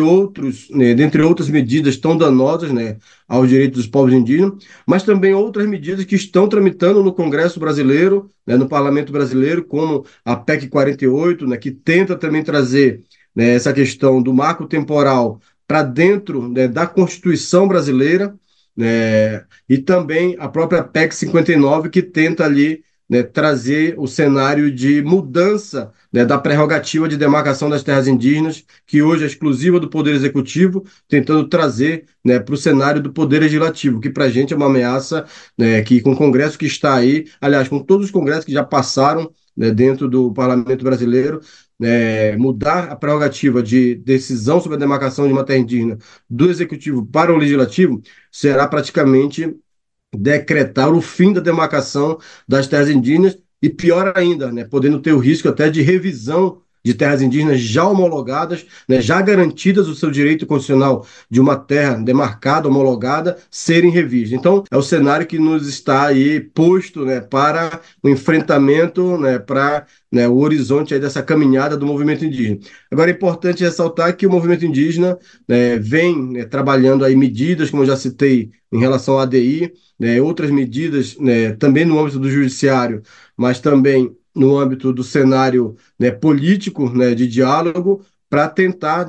outras medidas tão danosas, né, aos direitos dos povos indígenas, mas também outras medidas que estão tramitando no Congresso brasileiro, né, no Parlamento brasileiro, como a PEC 48, né, que tenta também trazer, né, essa questão do marco temporal para dentro, né, da Constituição brasileira, né, e também a própria PEC 59, que tenta ali, né, trazer o cenário de mudança, né, da prerrogativa de demarcação das terras indígenas, que hoje é exclusiva do Poder Executivo, tentando trazer, né, para o cenário do Poder Legislativo, que para a gente é uma ameaça, né, que com o Congresso que está aí, aliás, com todos os congressos que já passaram, né, dentro do Parlamento brasileiro, né, mudar a prerrogativa de decisão sobre a demarcação de uma terra indígena do Executivo para o Legislativo, será praticamente decretar o fim da demarcação das terras indígenas e, pior ainda, né, podendo ter o risco até de revisão, de terras indígenas já homologadas, né, já garantidas o seu direito constitucional de uma terra demarcada, homologada, serem revistas. Então, é o cenário que nos está aí posto, né, para o enfrentamento, né, para, né, o horizonte aí dessa caminhada do movimento indígena. Agora, é importante ressaltar que o movimento indígena, né, vem, né, trabalhando aí medidas, como eu já citei, em relação à ADI, né, outras medidas, né, também no âmbito do judiciário, mas também no âmbito do cenário, né, político, né, de diálogo, para tentar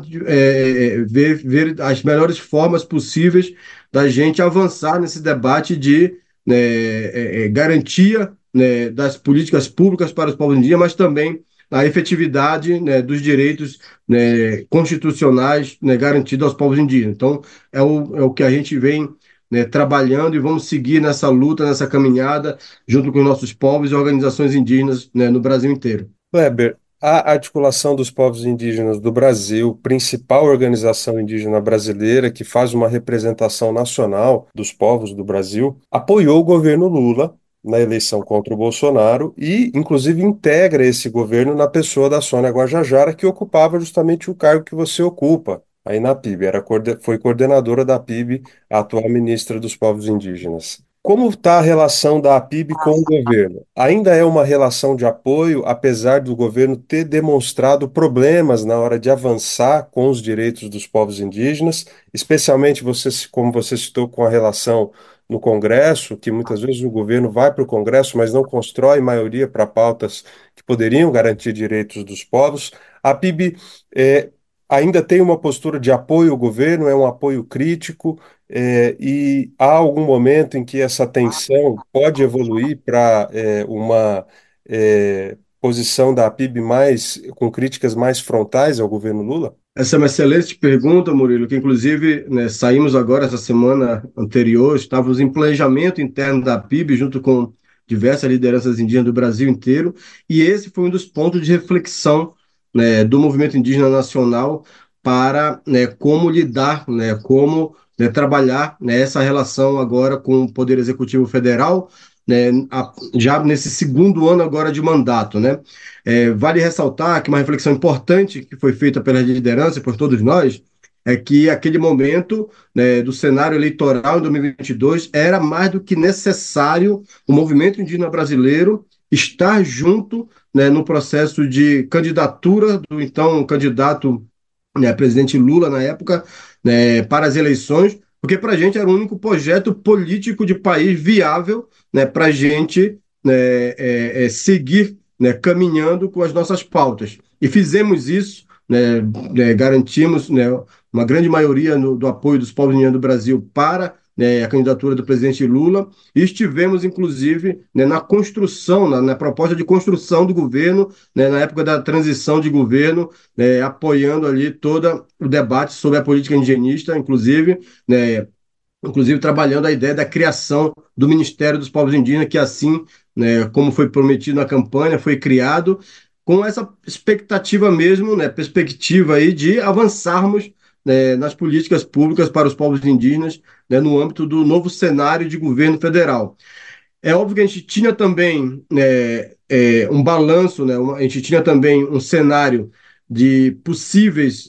ver as melhores formas possíveis da gente avançar nesse debate de, né, garantia, né, das políticas públicas para os povos indígenas, mas também a efetividade, né, dos direitos, né, constitucionais, né, garantidos aos povos indígenas. Então, é o que a gente vem, né, trabalhando, e vamos seguir nessa luta, nessa caminhada, junto com os nossos povos e organizações indígenas, né, no Brasil inteiro. Kleber, a Articulação dos Povos Indígenas do Brasil, principal organização indígena brasileira que faz uma representação nacional dos povos do Brasil, apoiou o governo Lula na eleição contra o Bolsonaro e, inclusive, integra esse governo na pessoa da Sônia Guajajara, que ocupava justamente o cargo que você ocupa aí na PIB. Foi coordenadora da PIB, a atual ministra dos Povos Indígenas. Como está a relação da APIB com o governo? Ainda é uma relação de apoio, apesar do governo ter demonstrado problemas na hora de avançar com os direitos dos povos indígenas, especialmente como você citou, com a relação no Congresso, que muitas vezes o governo vai para o Congresso, mas não constrói maioria para pautas que poderiam garantir direitos dos povos. A APIB ainda tem uma postura de apoio ao governo, é um apoio crítico. E há algum momento em que essa tensão pode evoluir para uma posição da PIB com críticas mais frontais ao governo Lula? Essa é uma excelente pergunta, Murilo, que inclusive, né, saímos agora, essa semana anterior, estávamos em planejamento interno da PIB, junto com diversas lideranças indígenas do Brasil inteiro, e esse foi um dos pontos de reflexão, né, do movimento indígena nacional para, né, como lidar, né, como, né, trabalhar, né, essa relação agora com o Poder Executivo Federal, né, já nesse segundo ano agora de mandato, né? Vale ressaltar que uma reflexão importante que foi feita pela liderança, por todos nós, é que aquele momento, né, do cenário eleitoral em 2022 era mais do que necessário o movimento indígena brasileiro estar junto, né, no processo de candidatura do então candidato, né, presidente Lula na época, né, para as eleições, porque para a gente era o único projeto político de país viável, né, para a gente, né, seguir, né, caminhando com as nossas pautas. E fizemos isso, né, garantimos, né, uma grande maioria do apoio dos povos indígenas do Brasil para, né, a candidatura do presidente Lula, e estivemos, inclusive, né, na construção, na proposta de construção do governo, né, na época da transição de governo, né, apoiando ali todo o debate sobre a política indigenista, inclusive trabalhando a ideia da criação do Ministério dos Povos Indígenas, que assim, né, como foi prometido na campanha, foi criado com essa expectativa mesmo, né, perspectiva aí de avançarmos, né, nas políticas públicas para os povos indígenas, né, no âmbito do novo cenário de governo federal. É óbvio que a gente tinha também, né, um balanço, né, a gente tinha também um cenário de possíveis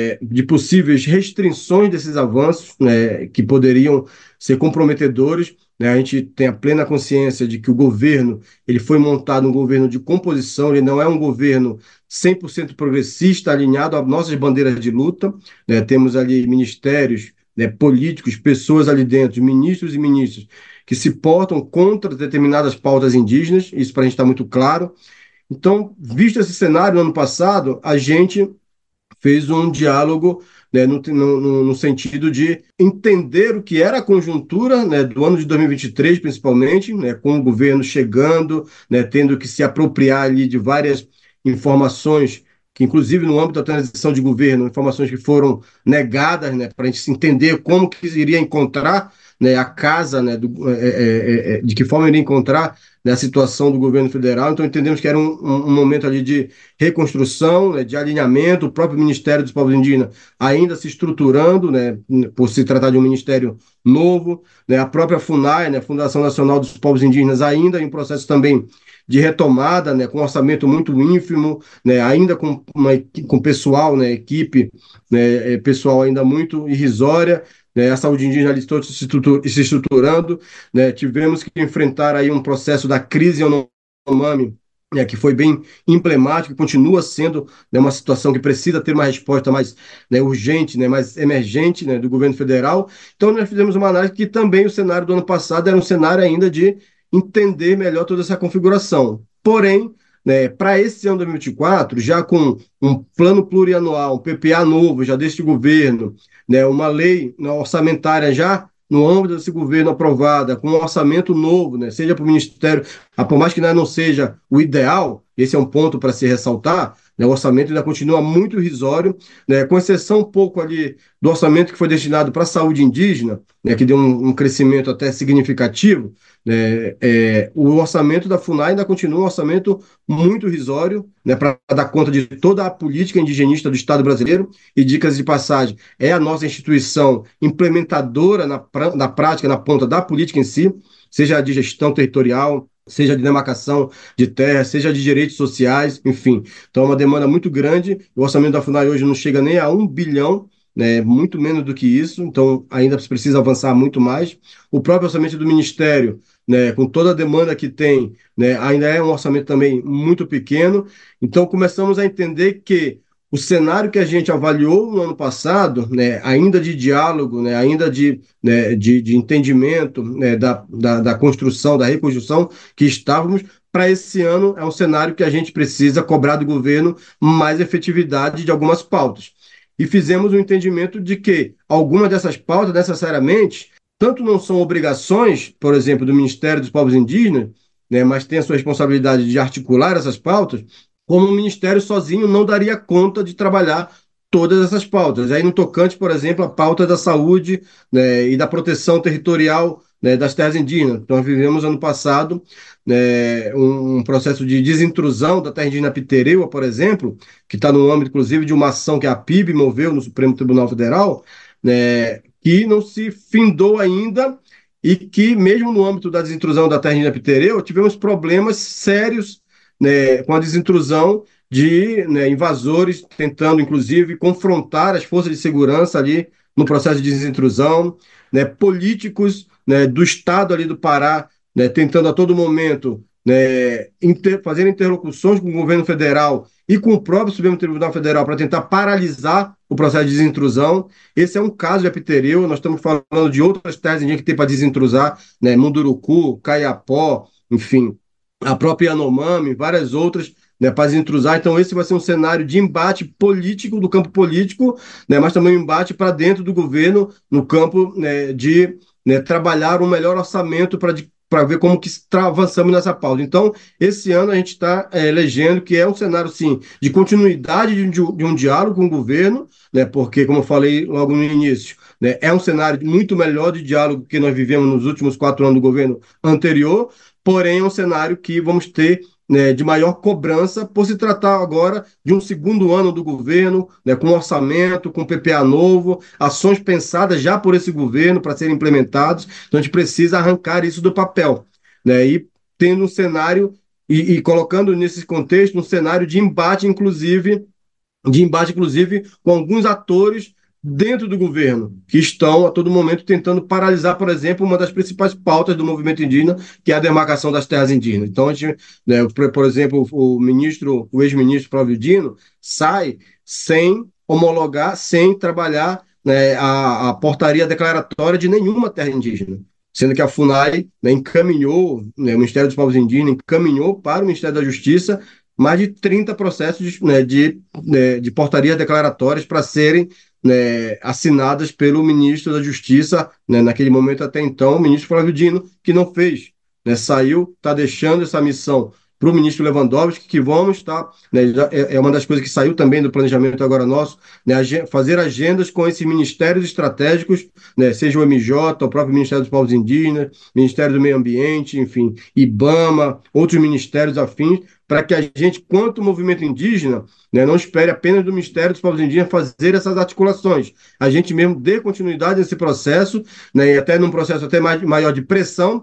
restrições desses avanços, né, que poderiam ser comprometedores, né? A gente tem a plena consciência de que o governo ele foi montado um governo de composição, ele não é um governo 100% progressista, alinhado às nossas bandeiras de luta, né? Temos ali ministérios, né, políticos, pessoas ali dentro, ministros e ministras, que se portam contra determinadas pautas indígenas, isso para a gente está muito claro. Então, visto esse cenário, no ano passado, a gente fez um diálogo, né, no sentido de entender o que era a conjuntura, né, do ano de 2023, principalmente, né, com o governo chegando, né, tendo que se apropriar ali de várias informações, que inclusive no âmbito da transição de governo, informações que foram negadas, né, para a gente entender como que iria encontrar, né, a casa, né, de que forma iria encontrar, né, a situação do governo federal. Então entendemos que era um momento ali de reconstrução, né, de alinhamento, o próprio Ministério dos Povos Indígenas ainda se estruturando, né, por se tratar de um ministério novo, né, a própria FUNAI, né, Fundação Nacional dos Povos Indígenas, ainda em processo também de retomada, né, com um orçamento muito ínfimo, né, ainda com pessoal, né, equipe, né, pessoal ainda muito irrisória, né, a saúde indígena ali se estruturando, né, tivemos que enfrentar aí um processo da crise Yanomami, que foi bem emblemático e continua sendo, né, uma situação que precisa ter uma resposta mais, né, urgente, né, mais emergente, né, do governo federal. Então, nós fizemos uma análise que também o cenário do ano passado era um cenário ainda de entender melhor toda essa configuração. Porém, né, para esse ano 2024, já com um plano plurianual, um PPA novo já deste governo, né, uma lei orçamentária já no âmbito desse governo aprovada, com um orçamento novo, né, seja para o Ministério, por mais que não seja o ideal, esse é um ponto para se ressaltar, né, o orçamento ainda continua muito irrisório, né, com exceção um pouco ali do orçamento que foi destinado para a saúde indígena, né, que deu um crescimento até significativo, né, o orçamento da FUNAI ainda continua um orçamento muito irrisório, né, para dar conta de toda a política indigenista do Estado brasileiro, e dicas de passagem, é a nossa instituição implementadora na prática, na ponta da política em si, seja de gestão territorial, seja de demarcação de terra, seja de direitos sociais, enfim. Então é uma demanda muito grande, o orçamento da FUNAI hoje não chega nem a 1 bilhão, né, muito menos do que isso, então ainda precisa avançar muito mais. O próprio orçamento do Ministério, né, com toda a demanda que tem, né, ainda é um orçamento também muito pequeno, então começamos a entender que o cenário que a gente avaliou no ano passado, né, ainda de diálogo, né, ainda de entendimento, né, da construção, da reconstrução que estávamos, para esse ano é um cenário que a gente precisa cobrar do governo mais efetividade de algumas pautas. E fizemos um entendimento de que algumas dessas pautas, necessariamente, tanto não são obrigações, por exemplo, do Ministério dos Povos Indígenas, né, mas tem a sua responsabilidade de articular essas pautas, como o Ministério sozinho não daria conta de trabalhar todas essas pautas. Aí no tocante, por exemplo, a pauta da saúde, né, e da proteção territorial, né, das terras indígenas. Então, nós vivemos ano passado, né, um processo de desintrusão da terra indígena Pitereua, por exemplo, que está no âmbito, inclusive, de uma ação que a PIB moveu no Supremo Tribunal Federal, né, que não se findou ainda e que, mesmo no âmbito da desintrusão da terra indígena Pitereua, tivemos problemas sérios, né, com a desintrusão de, né, invasores tentando, inclusive, confrontar as forças de segurança ali no processo de desintrusão, né, políticos, né, do Estado ali do Pará, né, tentando a todo momento, né, fazer interlocuções com o governo federal e com o próprio Supremo Tribunal Federal para tentar paralisar o processo de desintrusão. Esse é um caso de Pitereua, nós estamos falando de outras terras indígenas que tem para desintrusar, né, Munduruku, Caiapó, enfim, a própria Yanomami, várias outras, né, para desintrusar. Então esse vai ser um cenário de embate político, do campo político, né, mas também um embate para dentro do governo, no campo, né, de, né, trabalhar um melhor orçamento para ver como que avançamos nessa pauta. Então, esse ano a gente está elegendo que é um cenário, sim, de continuidade de um diálogo com o governo, né, porque, como eu falei logo no início, né, é um cenário muito melhor de diálogo que nós vivemos nos últimos 4 anos do governo anterior, porém é um cenário que vamos ter, né, de maior cobrança por se tratar agora de um segundo ano do governo, né, com orçamento, com PPA novo, ações pensadas já por esse governo para serem implementadas. Então a gente precisa arrancar isso do papel, né, e tendo um cenário e colocando nesse contexto um cenário de embate, inclusive com alguns atores dentro do governo, que estão a todo momento tentando paralisar, por exemplo, uma das principais pautas do movimento indígena, que é a demarcação das terras indígenas. Então, a gente, né, por exemplo, o ex-ministro Flávio Dino sai sem homologar, sem trabalhar, né, a portaria declaratória de nenhuma terra indígena, sendo que a FUNAI, né, encaminhou, né, o Ministério dos Povos Indígenas encaminhou para o Ministério da Justiça mais de 30 processos, né, de portarias declaratórias para serem, né, assinadas pelo ministro da Justiça, né, naquele momento até então, o ministro Flávio Dino, que não fez, né, saiu, está deixando essa missão para o ministro Lewandowski, que vamos estar, né, é uma das coisas que saiu também do planejamento agora nosso, né, fazer agendas com esses ministérios estratégicos, né, seja o MJ, o próprio Ministério dos Povos Indígenas, Ministério do Meio Ambiente, enfim, IBAMA, outros ministérios afins, para que a gente, quanto movimento indígena, né, não espere apenas do Ministério dos Povos Indígenas fazer essas articulações. A gente mesmo dê continuidade nesse processo, né, e até num processo até maior de pressão,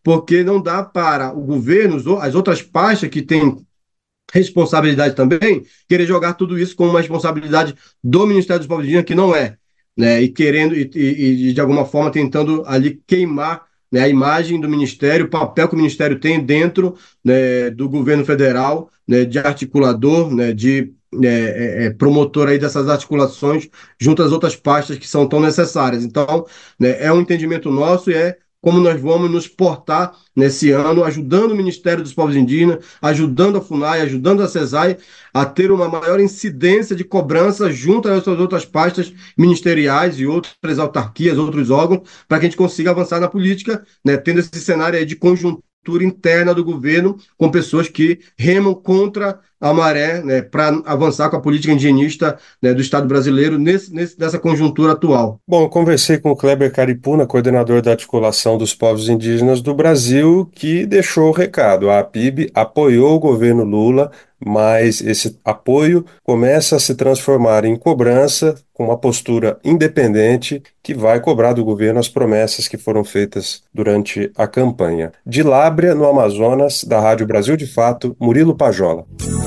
porque não dá para o governo, as outras pastas que têm responsabilidade também, querer jogar tudo isso como uma responsabilidade do Ministério dos Povos Indígenas, que não é, né? E querendo, e de alguma forma tentando ali queimar, né, a imagem do Ministério, o papel que o Ministério tem dentro, né, do governo federal, né, de articulador, né, de promotor aí dessas articulações junto às outras pastas que são tão necessárias. Então, né, é um entendimento nosso e é como nós vamos nos portar nesse ano, ajudando o Ministério dos Povos Indígenas, ajudando a FUNAI, ajudando a CESAI a ter uma maior incidência de cobrança junto às outras pastas ministeriais e outras autarquias, outros órgãos, para que a gente consiga avançar na política, né, tendo esse cenário aí de conjuntura interna do governo, com pessoas que remam contra a maré, né, para avançar com a política indigenista, né, do Estado brasileiro nessa conjuntura atual. Bom, eu conversei com o Kleber Caripuna, coordenador da Articulação dos Povos Indígenas do Brasil, que deixou o recado. A APIB apoiou o governo Lula, mas esse apoio começa a se transformar em cobrança, com uma postura independente que vai cobrar do governo as promessas que foram feitas durante a campanha. De Lábrea, no Amazonas, da Rádio Brasil de Fato, Murilo Pajola.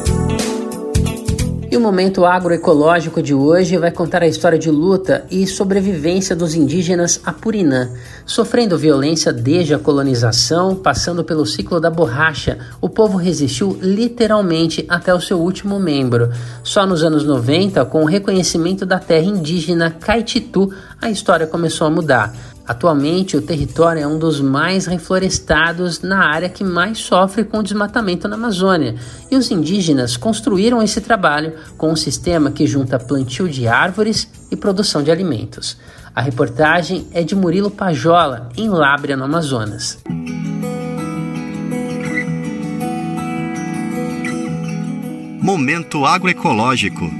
E o Momento Agroecológico de hoje vai contar a história de luta e sobrevivência dos indígenas Apurinã, sofrendo violência desde a colonização, passando pelo ciclo da borracha. O povo resistiu literalmente até o seu último membro. Só nos anos 90, com o reconhecimento da terra indígena Caititu, a história começou a mudar. Atualmente, o território é um dos mais reflorestados na área que mais sofre com o desmatamento na Amazônia. E os indígenas construíram esse trabalho com um sistema que junta plantio de árvores e produção de alimentos. A reportagem é de Murilo Pajola, em Lábrea, no Amazonas. Momento Agroecológico.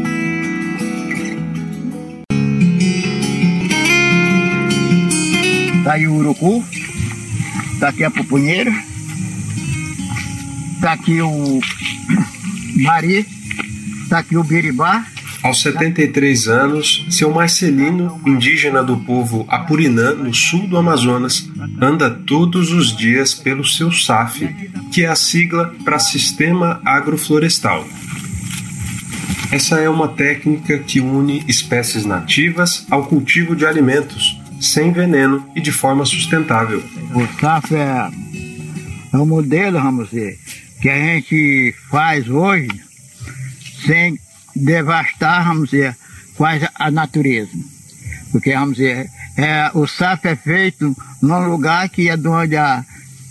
Tá aí o urucu, tá aqui a pupunheira, tá aqui o mari, tá aqui o biribá. Aos 73 anos, seu Marcelino, indígena do povo Apurinã, no sul do Amazonas, anda todos os dias pelo seu SAF, que é a sigla para Sistema Agroflorestal. Essa é uma técnica que une espécies nativas ao cultivo de alimentos, sem veneno e de forma sustentável. O SAF é um modelo, vamos dizer, que a gente faz hoje sem devastar, vamos dizer, quase a natureza. Porque, vamos dizer, o SAF é feito num lugar que é de onde as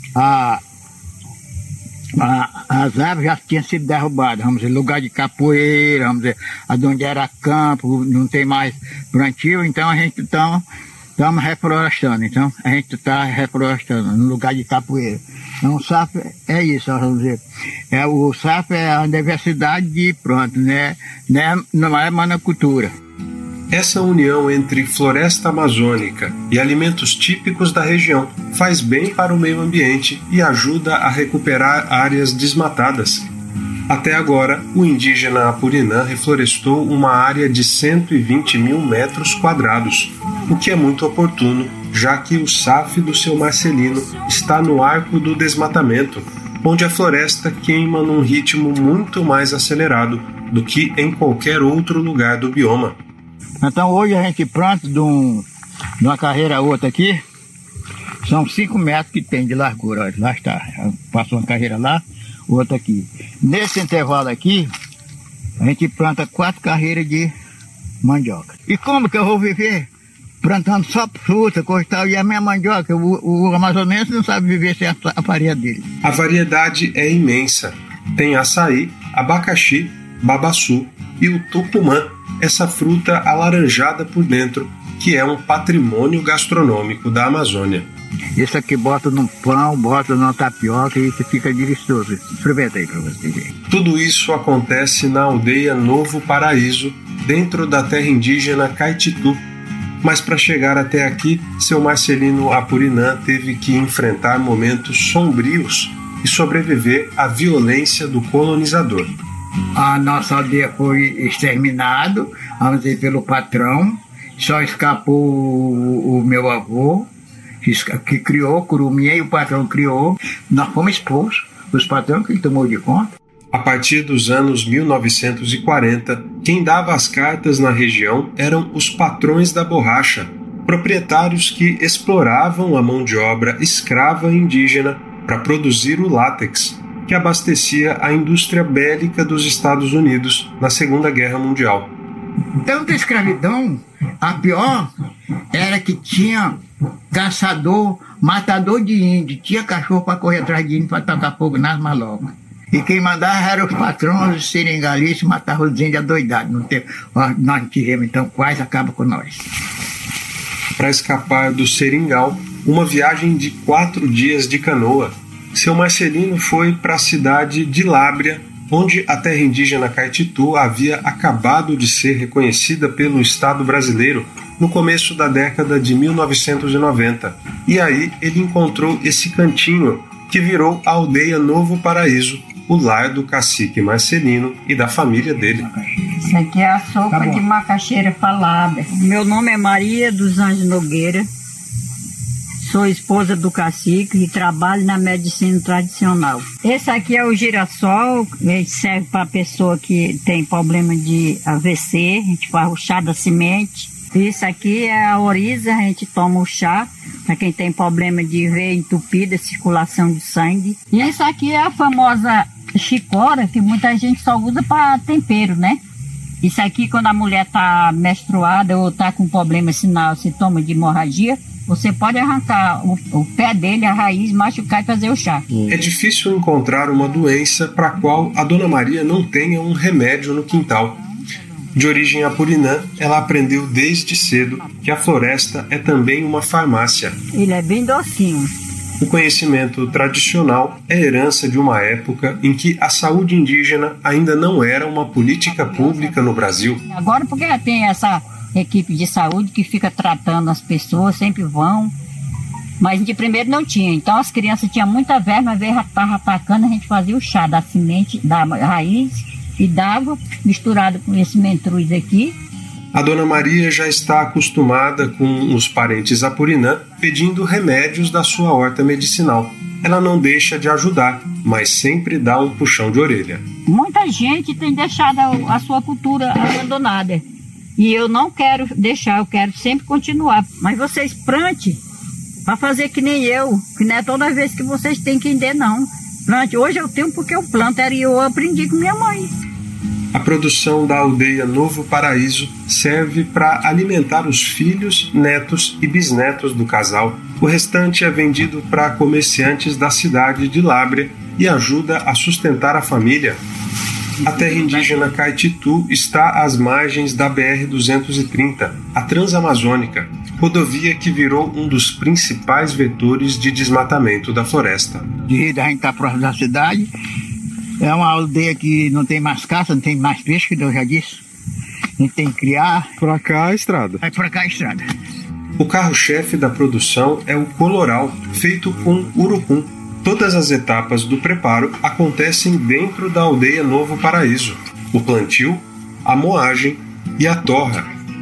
árvores já tinham sido derrubadas, vamos dizer, lugar de capoeira, vamos dizer, onde era campo, não tem mais plantio, então a gente estamos reflorestando, então a gente está reflorestando no lugar de capoeira. Então o SAF é isso, vamos dizer. O SAF é a diversidade de pronto, né? Não é monocultura. Essa união entre floresta amazônica e alimentos típicos da região faz bem para o meio ambiente e ajuda a recuperar áreas desmatadas. Até agora, o indígena Apurinã reflorestou uma área de 120 mil metros quadrados, o que é muito oportuno, já que o SAF do seu Marcelino está no arco do desmatamento, onde a floresta queima num ritmo muito mais acelerado do que em qualquer outro lugar do bioma. Então hoje a gente planta de uma carreira a outra aqui, são 5 metros que tem de largura, olha, lá está, passou uma carreira lá, outra aqui. Nesse intervalo aqui, a gente planta 4 carreiras de mandioca. E como que eu vou viver? Plantando só fruta, coisa e tal, e a minha mandioca, o amazonense não sabe viver sem a farinha dele. A variedade é imensa. Tem açaí, abacaxi, babaçu e o tupumã, essa fruta alaranjada por dentro, que é um patrimônio gastronômico da Amazônia. Isso aqui bota num pão, bota numa tapioca e isso fica delicioso. Experimenta aí para você ver. Tudo isso acontece na aldeia Novo Paraíso, dentro da terra indígena Caititu. Mas para chegar até aqui, seu Marcelino Apurinã teve que enfrentar momentos sombrios e sobreviver à violência do colonizador. A nossa aldeia foi exterminada, vamos dizer, pelo patrão. Só escapou o meu avô que criou, Curumim, e o patrão criou, nós fomos expulsos, os patrões que ele tomou de conta. A partir dos anos 1940, quem dava as cartas na região eram os patrões da borracha, proprietários que exploravam a mão de obra escrava indígena para produzir o látex, que abastecia a indústria bélica dos Estados Unidos na Segunda Guerra Mundial. Tanta escravidão, a pior era que tinha caçador, matador de índio, tinha cachorro para correr atrás de índio para tocar fogo nas malocas. E quem mandava eram os patrões, os seringalícios, matavam os índios adoidados. Nós tivemos, então, quase acaba com nós. Para escapar do seringal, uma viagem de 4 dias de canoa, seu Marcelino foi para a cidade de Lábrea, onde a terra indígena Caititu havia acabado de ser reconhecida pelo Estado brasileiro no começo da década de 1990. E aí ele encontrou esse cantinho que virou a aldeia Novo Paraíso, o lar do cacique Marcelino e da família dele. Isso aqui é a sopa de macaxeira falada. Meu nome é Maria dos Anjos Nogueira, sou esposa do cacique e trabalho na medicina tradicional. Esse aqui é o girassol, ele serve para a pessoa que tem problema de AVC, a gente faz o chá da semente. Isso aqui é a oriza, a gente toma o chá para quem tem problema de veia entupida, circulação de sangue. E isso aqui é a famosa chicora, que muita gente só usa para tempero, né? Isso aqui, quando a mulher está menstruada ou está com problema sinal, sintoma de hemorragia, você pode arrancar o pé dele, a raiz, machucar e fazer o chá. É difícil encontrar uma doença para a qual a Dona Maria não tenha um remédio no quintal. De origem apurinã, ela aprendeu desde cedo que a floresta é também uma farmácia. Ele é bem docinho. O conhecimento tradicional é herança de uma época em que a saúde indígena ainda não era uma política pública no Brasil. Agora, porque já tem essa equipe de saúde que fica tratando as pessoas, sempre vão, mas de primeiro não tinha. Então as crianças tinham muita verma, às vezes estava atacando, a gente fazia o chá da semente, da raiz e dava, misturado com esse mentruz aqui. A Dona Maria já está acostumada com os parentes apurinã pedindo remédios da sua horta medicinal. Ela não deixa de ajudar, mas sempre dá um puxão de orelha. Muita gente tem deixado a sua cultura abandonada. E eu não quero deixar, eu quero sempre continuar. Mas vocês plante para fazer que nem eu, que não é toda vez que vocês têm que entender, não. Plante. Hoje eu tenho porque eu planto, e eu aprendi com minha mãe. A produção da aldeia Novo Paraíso serve para alimentar os filhos, netos e bisnetos do casal. O restante é vendido para comerciantes da cidade de Lábrea e ajuda a sustentar a família. A terra indígena Caititu está às margens da BR-230, a Transamazônica, rodovia que virou um dos principais vetores de desmatamento da floresta. A gente está próximo da cidade. É uma aldeia que não tem mais caça, não tem mais peixe, que eu já disse. A gente tem que criar. Pra cá a estrada. É pra cá a estrada. O carro-chefe da produção é o coloral, feito com urucum. Todas as etapas do preparo acontecem dentro da aldeia Novo Paraíso. O plantio, a moagem e a torra.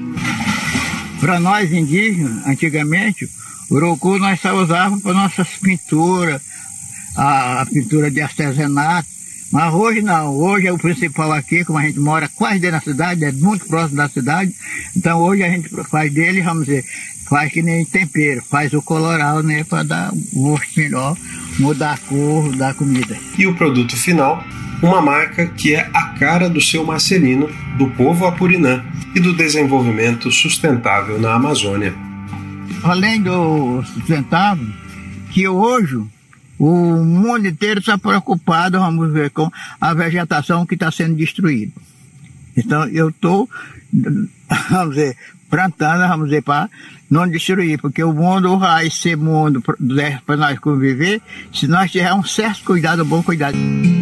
Para nós indígenas, antigamente, o urucum nós só usávamos para nossas pinturas, a pintura de artesanato. Mas hoje não, hoje é o principal aqui, como a gente mora quase dentro da cidade, é muito próximo da cidade, então hoje a gente faz dele, vamos dizer, faz que nem tempero, faz o coloral, né, para dar um gosto melhor, mudar a cor da comida. E o produto final, uma marca que é a cara do seu Marcelino, do povo apurinã e do desenvolvimento sustentável na Amazônia. Além do sustentável, que hoje o mundo inteiro está preocupado, vamos ver, com a vegetação que está sendo destruída. Então eu estou, vamos dizer, plantando, vamos dizer, para não destruir, porque o mundo vai ser mundo para nós conviver se nós tivermos um certo cuidado, um bom cuidado.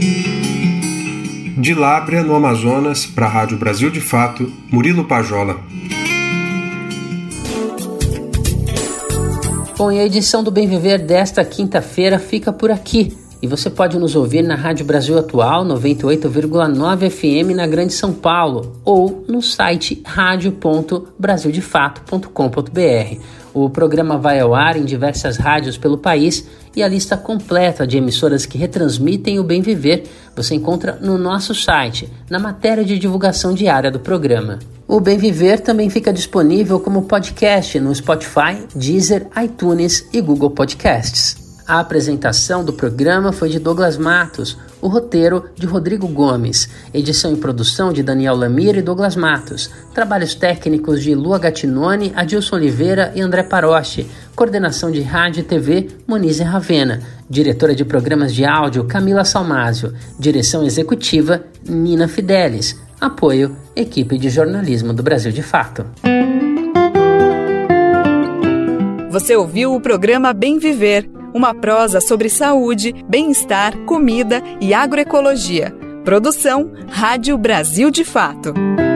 De Lábrea, no Amazonas, para a Rádio Brasil de Fato, Murilo Pajola. Bom, e a edição do Bem Viver desta quinta-feira fica por aqui. E você pode nos ouvir na Rádio Brasil Atual 98,9 FM na Grande São Paulo ou no site radio.brasildefato.com.br. O programa vai ao ar em diversas rádios pelo país e a lista completa de emissoras que retransmitem o Bem Viver você encontra no nosso site, na matéria de divulgação diária do programa. O Bem Viver também fica disponível como podcast no Spotify, Deezer, iTunes e Google Podcasts. A apresentação do programa foi de Douglas Matos, o roteiro de Rodrigo Gomes, edição e produção de Daniel Lamir e Douglas Matos, trabalhos técnicos de Lua Gattinone, Adilson Oliveira e André Paroche, coordenação de rádio e TV Monize Ravena, diretora de programas de áudio Camila Salmásio, direção executiva Nina Fidelis, apoio equipe de jornalismo do Brasil de Fato. Você ouviu o programa Bem Viver, uma prosa sobre saúde, bem-estar, comida e agroecologia. Produção Rádio Brasil de Fato.